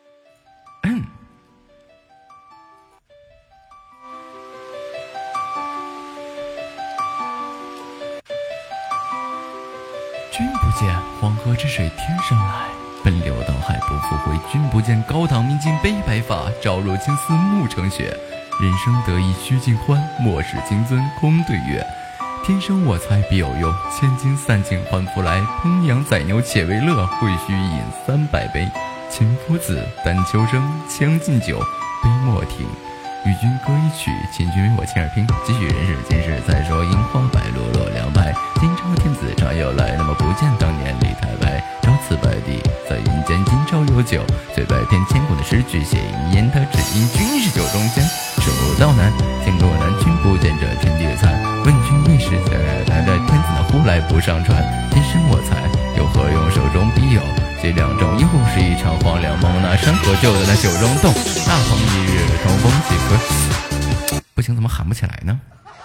Speaker 4: 君不见黄河之水天上来，奔流到海不复回。君不见高堂明镜悲白发，朝若青丝暮成雪。人生得意须尽欢，莫使金樽空对月。天生我材必有用，千金散尽还复来。烹羊宰牛且为乐，会须饮300杯。秦夫子，丹丘生，将进酒，杯莫停。与君歌一曲，请君为我倾耳听。几许人世今世，再说樱花白落落凉白。今朝天子常有来，那么不见当年李太白。朝辞白帝在云间，今朝有酒，醉白天千古的诗句写云烟。他只因君是酒中仙。蜀道难，天路难，君不见这天地残。问君为是在这天子那呼来不上船。天生我材有何用？手中必有这2种，又是一场黄粱梦。那山河旧的那酒中动，大风一日同风起歌。不行，怎么喊不起来呢？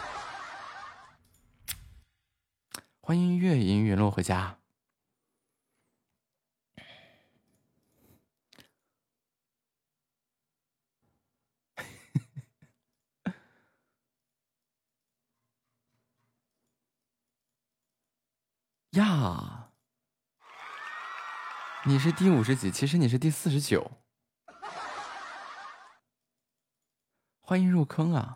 Speaker 4: 欢迎月影陨落回家。呀，你是第50几，其实你是第49。欢迎入坑啊！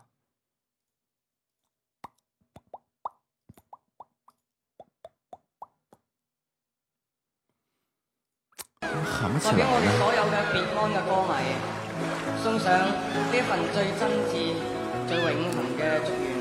Speaker 4: 喊不起来呢。代表我哋所有嘅別康嘅歌迷，送上呢份最真摯、最永恆嘅祝願。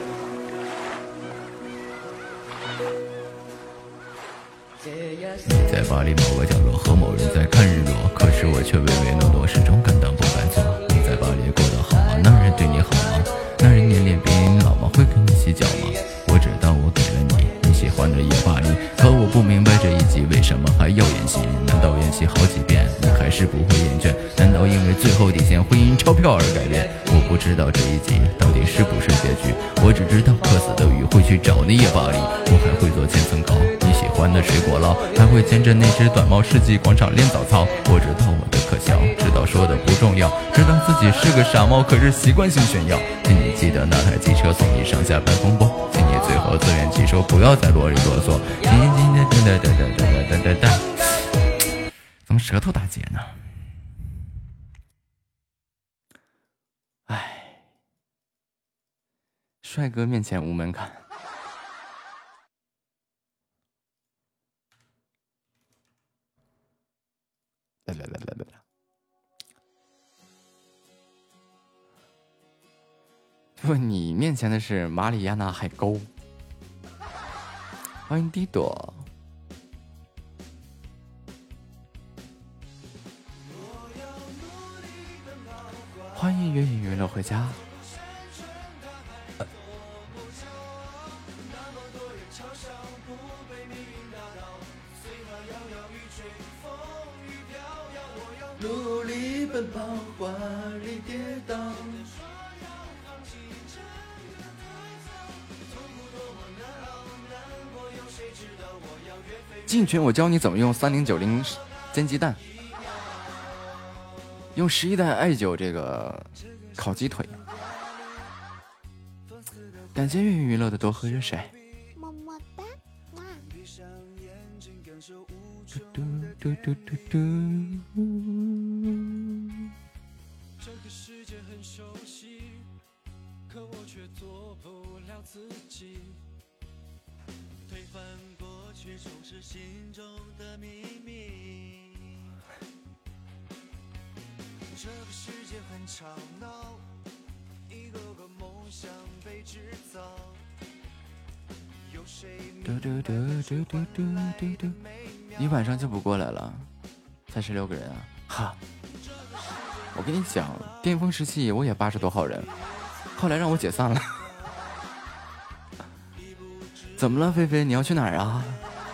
Speaker 4: 你在巴黎某个角落和某人在看日落，可是我却唯唯诺诺，始终感到不敢做。你在巴黎过得好吗？那人对你好吗？那人年龄比你老吗？会给你洗脚吗？我知道我给了你喜欢的夜巴黎，可我不明白这一集为什么还要演戏？难道演戏好几遍你还是不会厌倦？难道因为最后底线会因钞票而改变？我不知道这一集到底是不是结局，我只知道渴死的鱼会去找那夜巴黎，我还会做千层糕，你喜欢的水果捞，还会牵着那只短毛世纪广场练早操。我知道我的可笑，知道说的不重要，知道自己是个傻猫，可是习惯性炫耀。请你记得那台机车送你上下班风波，请你最后自圆其说，不要再啰里啰嗦。怎么舌头打结呢？唉，帅哥面前无门槛。来，不，你面前的是马里亚纳海沟。欢迎滴朵。欢迎月影娱乐回家。努力奔跑，华丽跌倒。进群我教你怎么用3090煎鸡蛋，用11代i9这个烤鸡腿。感谢月影娱乐的多喝热水。
Speaker 2: 么么哒，哇！
Speaker 1: 这个世界很熟悉，可我却做不了自己。推翻过去，重拾心中的秘密。这个世界很吵闹，一个个梦想被制造。有谁明白这幻来的美妙？
Speaker 4: 你晚上就不过来了？才16个人啊！哈，我跟你讲，巅峰时期我也80多号人，后来让我解散了。怎么了，菲菲？你要去哪儿啊？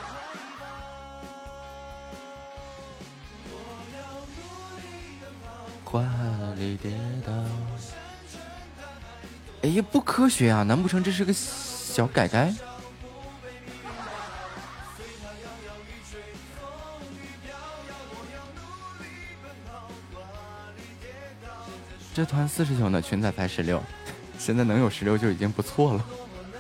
Speaker 4: 华丽跌倒。哎呀，不科学啊！难不成这是个小改改。这团49呢，群仔才16，现在能有16就已经不错了。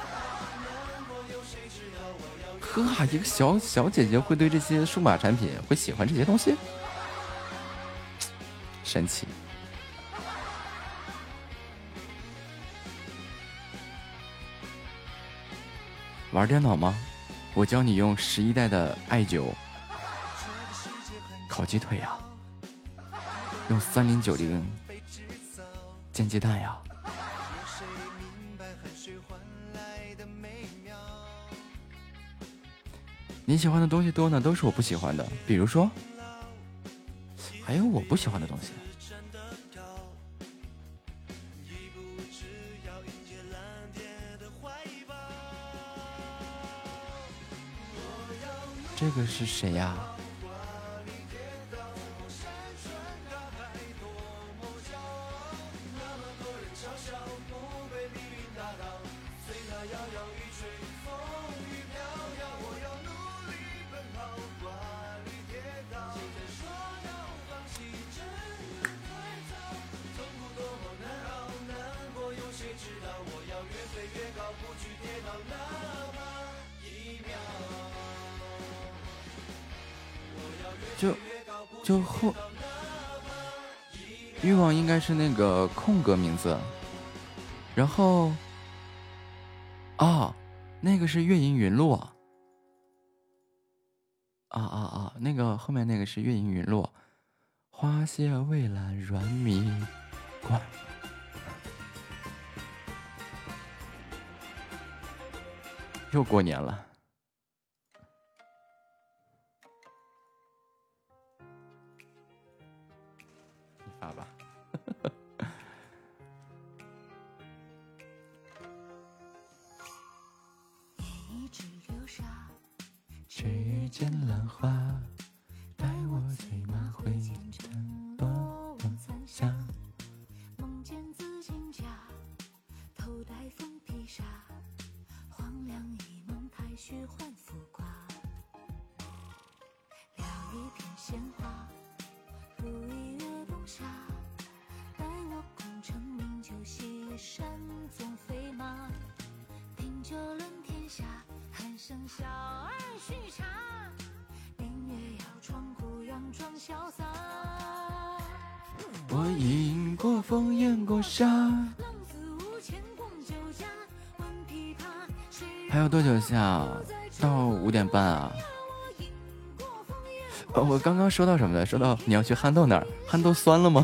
Speaker 4: 呵，一个小姐姐会对这些数码产品会喜欢这些东西，神奇。玩电脑吗？我教你用11代的i9烤鸡腿呀，用3090煎鸡蛋呀。你喜欢的东西多呢，都是我不喜欢的。比如说，还有我不喜欢的东西。这个是谁呀？就后欲望应该是那个空格名字，然后那个是月影云落那个后面那个是月影云落，花谢蔚蓝软迷关。又过年了。发吧。只遇见兰花，带我醉马回城落残霞。梦见紫金甲，头戴凤披纱，黄粱一梦，太虚幻浮夸。聊一片鲜花，如一月冬夏，待我功成名就，西山纵飞马，品酒论天下，喊声小儿须茶，明月摇窗，孤杨装潇洒。我饮过风，烟过沙。还有多久下？到5点半啊。我刚刚说到什么的？说到你要去憨豆那儿，憨豆酸了吗？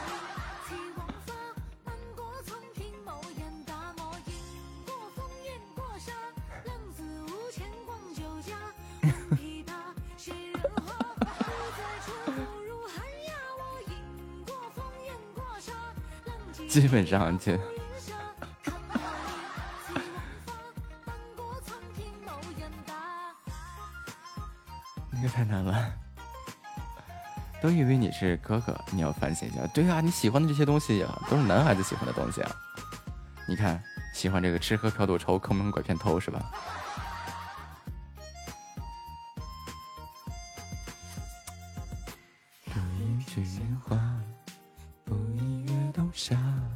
Speaker 4: 基本上就那个太难了，都以为你是哥哥，你要反省一下。对啊，你喜欢的这些东西啊，都是男孩子喜欢的东西啊。你看，喜欢这个吃喝嫖赌抽、坑蒙拐骗偷是吧？有一句莲花，不一月冬夏。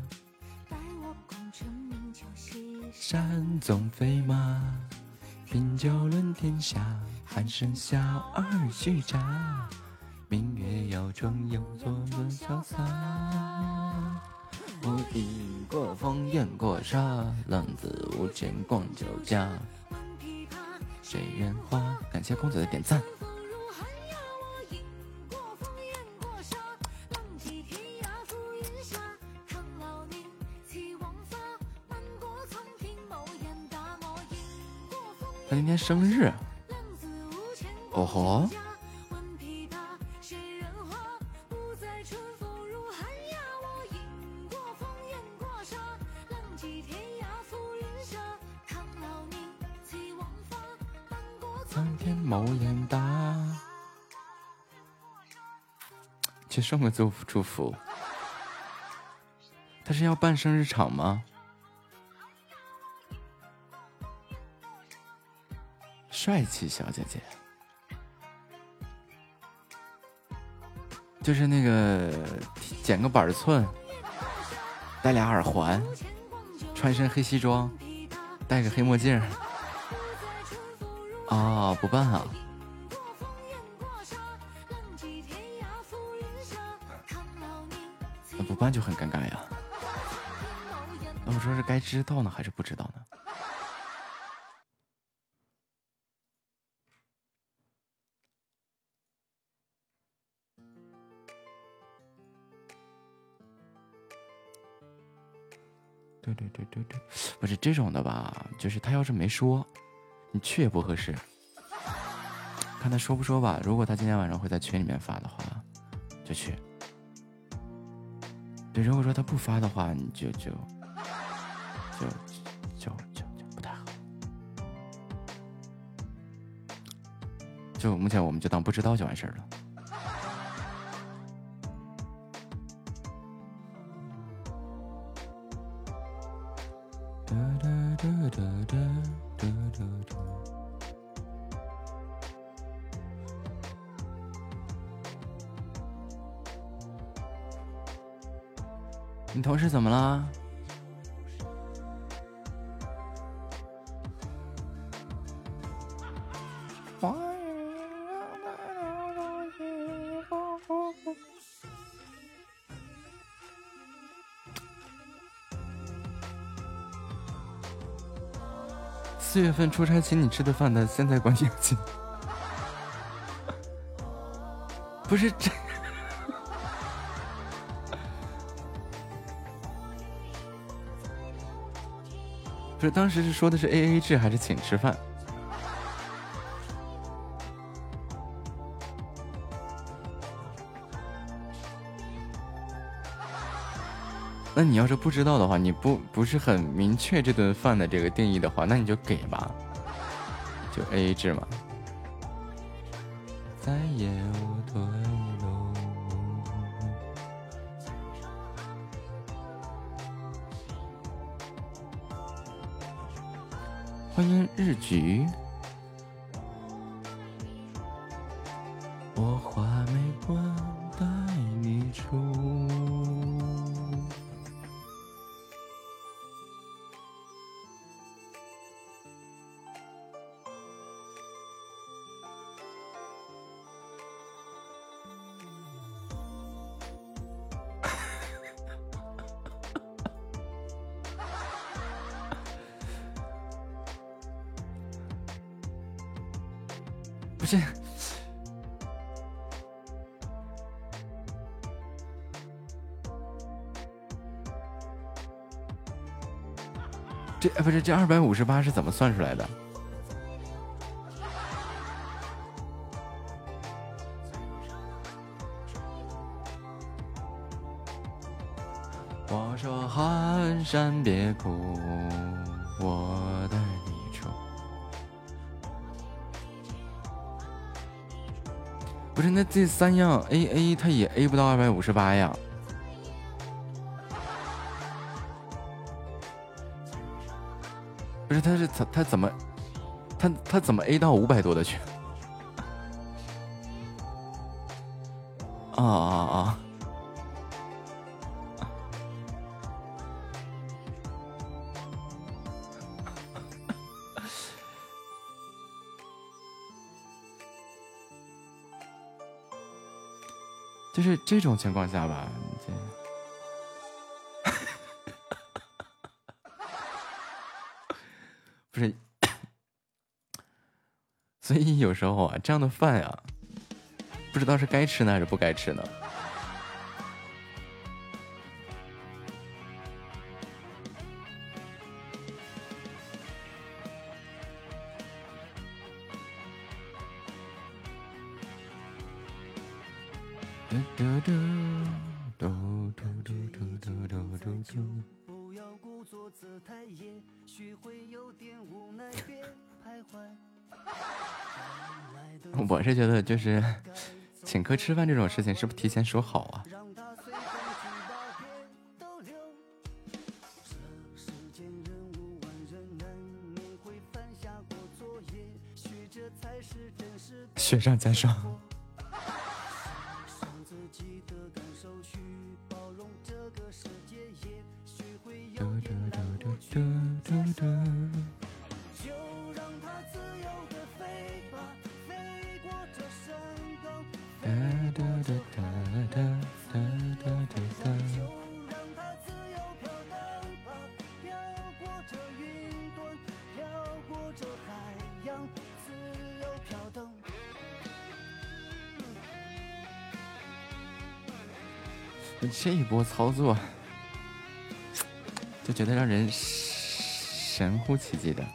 Speaker 4: 山纵飞马，品酒论天下，喊声小儿须茶，明月摇窗，又作乐潇洒。我饮过风，烟过沙，浪子无钱逛酒家。谁人花？感谢公子的点赞。他今天生日，哦吼！苍天谋眼大，去送个祝福。他是要办生日场吗？ 帅气小姐姐，就是那个剪个板寸，戴俩耳环，穿身黑西装，戴个黑墨镜。啊，不办啊。不办就很尴尬呀。那我说是该知道呢，还是不知道呢？对，不是这种的吧？就是他要是没说，你去也不合适。看他说不说吧。如果他今天晚上会在群里面发的话，就去。对，如果说他不发的话，你就不太好。就目前我们就当不知道就完事儿了。你同事怎么了？4月份出差请你吃的饭的，现在管你要紧。不是这。不是，当时是说的是 AA 制还是请吃饭？那你要是不知道的话，你不是很明确这顿饭的这个定义的话，那你就给吧，就 AA 制嘛。再也无退路。欢迎日菊。我画眉关带你出。不是，这不是这258是怎么算出来的？我说寒山别哭，我带你出。不是，那这3样 AA 他也 A 不到258呀。不是，他怎么他怎么 A 到500多的去？啊！就是这种情况下吧，不是，所以有时候啊，这样的饭呀，不知道是该吃呢还是不该吃呢。我是觉得，就是请客吃饭这种事情，是不是提前说好啊？ 雪上加霜。这一波操作就觉得让人神乎其技的。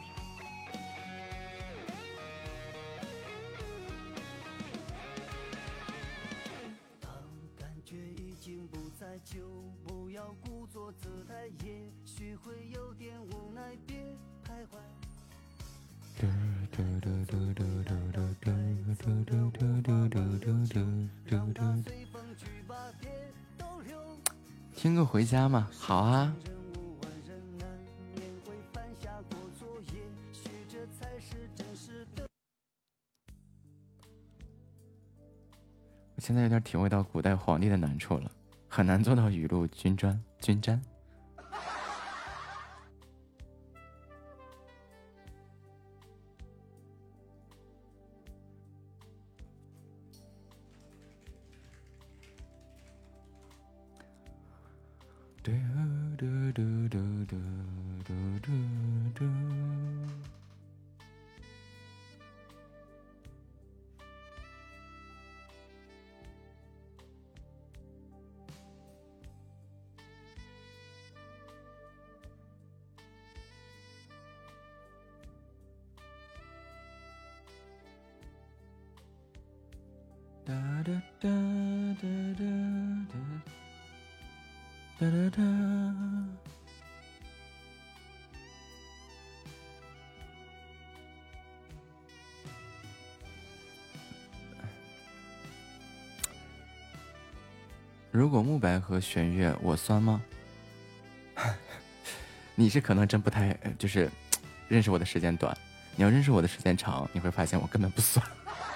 Speaker 4: 听个回家嘛，好啊。我现在有点体会到古代皇帝的难处了，很难做到雨露均沾。如果慕白和玄月，我酸吗？你是可能真不太就是认识我的时间短，你要认识我的时间长，你会发现我根本不酸。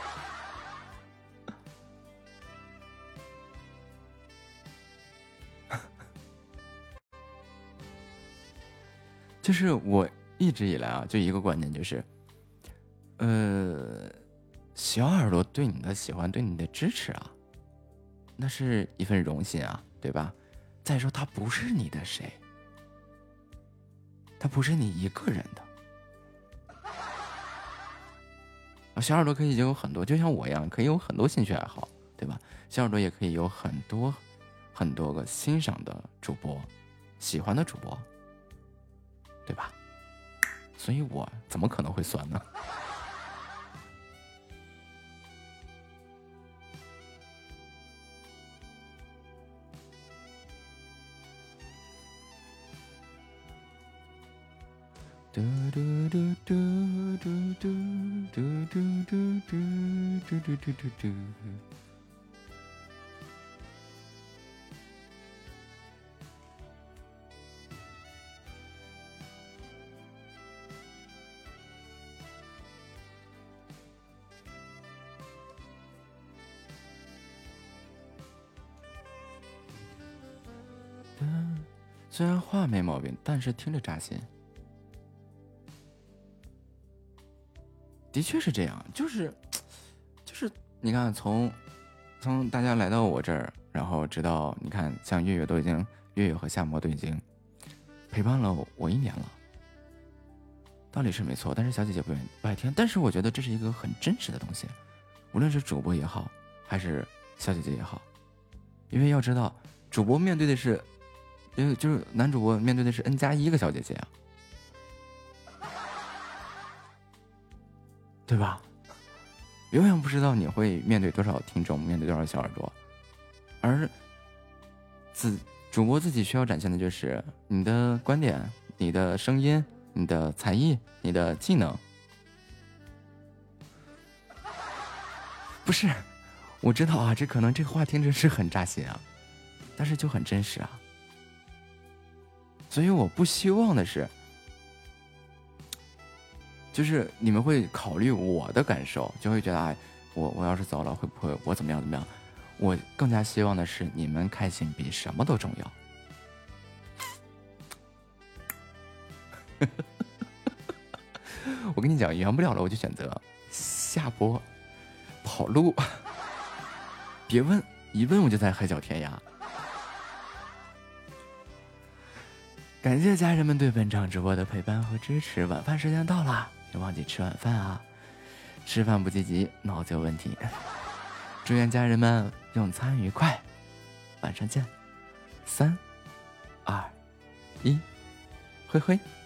Speaker 4: 就是我一直以来啊，就一个观念，就是小耳朵对你的喜欢，对你的支持啊，那是一份荣幸啊，对吧？再说他不是你的谁，他不是你一个人的。小耳朵可以有很多，就像我一样，可以有很多兴趣爱好，对吧？小耳朵也可以有很多个欣赏的主播，喜欢的主播，对吧？所以我怎么可能会酸呢？嘟嘟嘟嘟嘟嘟嘟嘟嘟嘟嘟嘟嘟嘟。虽然话没毛病，但是听着扎心。的确是这样，就是你看，从大家来到我这儿，然后直到你看，像月月和夏沫都已经陪伴了我1年了。道理是没错，但是小姐姐不爱听。但是我觉得这是一个很真实的东西，无论是主播也好，还是小姐姐也好，因为要知道，主播面对的是，就是男主播面对的是 N+1个小姐姐啊。对吧？永远不知道你会面对多少听众，面对多少小耳朵，而主播自己需要展现的就是你的观点、你的声音、你的才艺、你的技能。不是，我知道啊，这可能这个话听着是很扎心啊，但是就很真实啊。所以我不希望的是， 就是你们会考虑我的感受，就会觉得哎，我要是走了会不会我怎么样怎么样？我更加希望的是你们开心比什么都重要。我跟你讲，圆不了了，我就选择下播跑路。别问，一问我就在海角天涯。感谢家人们对本场直播的陪伴和支持。晚饭时间到了，别忘记吃晚饭啊！吃饭不积极，脑子有问题。祝愿家人们用餐愉快，晚上见。3、2、1，挥挥。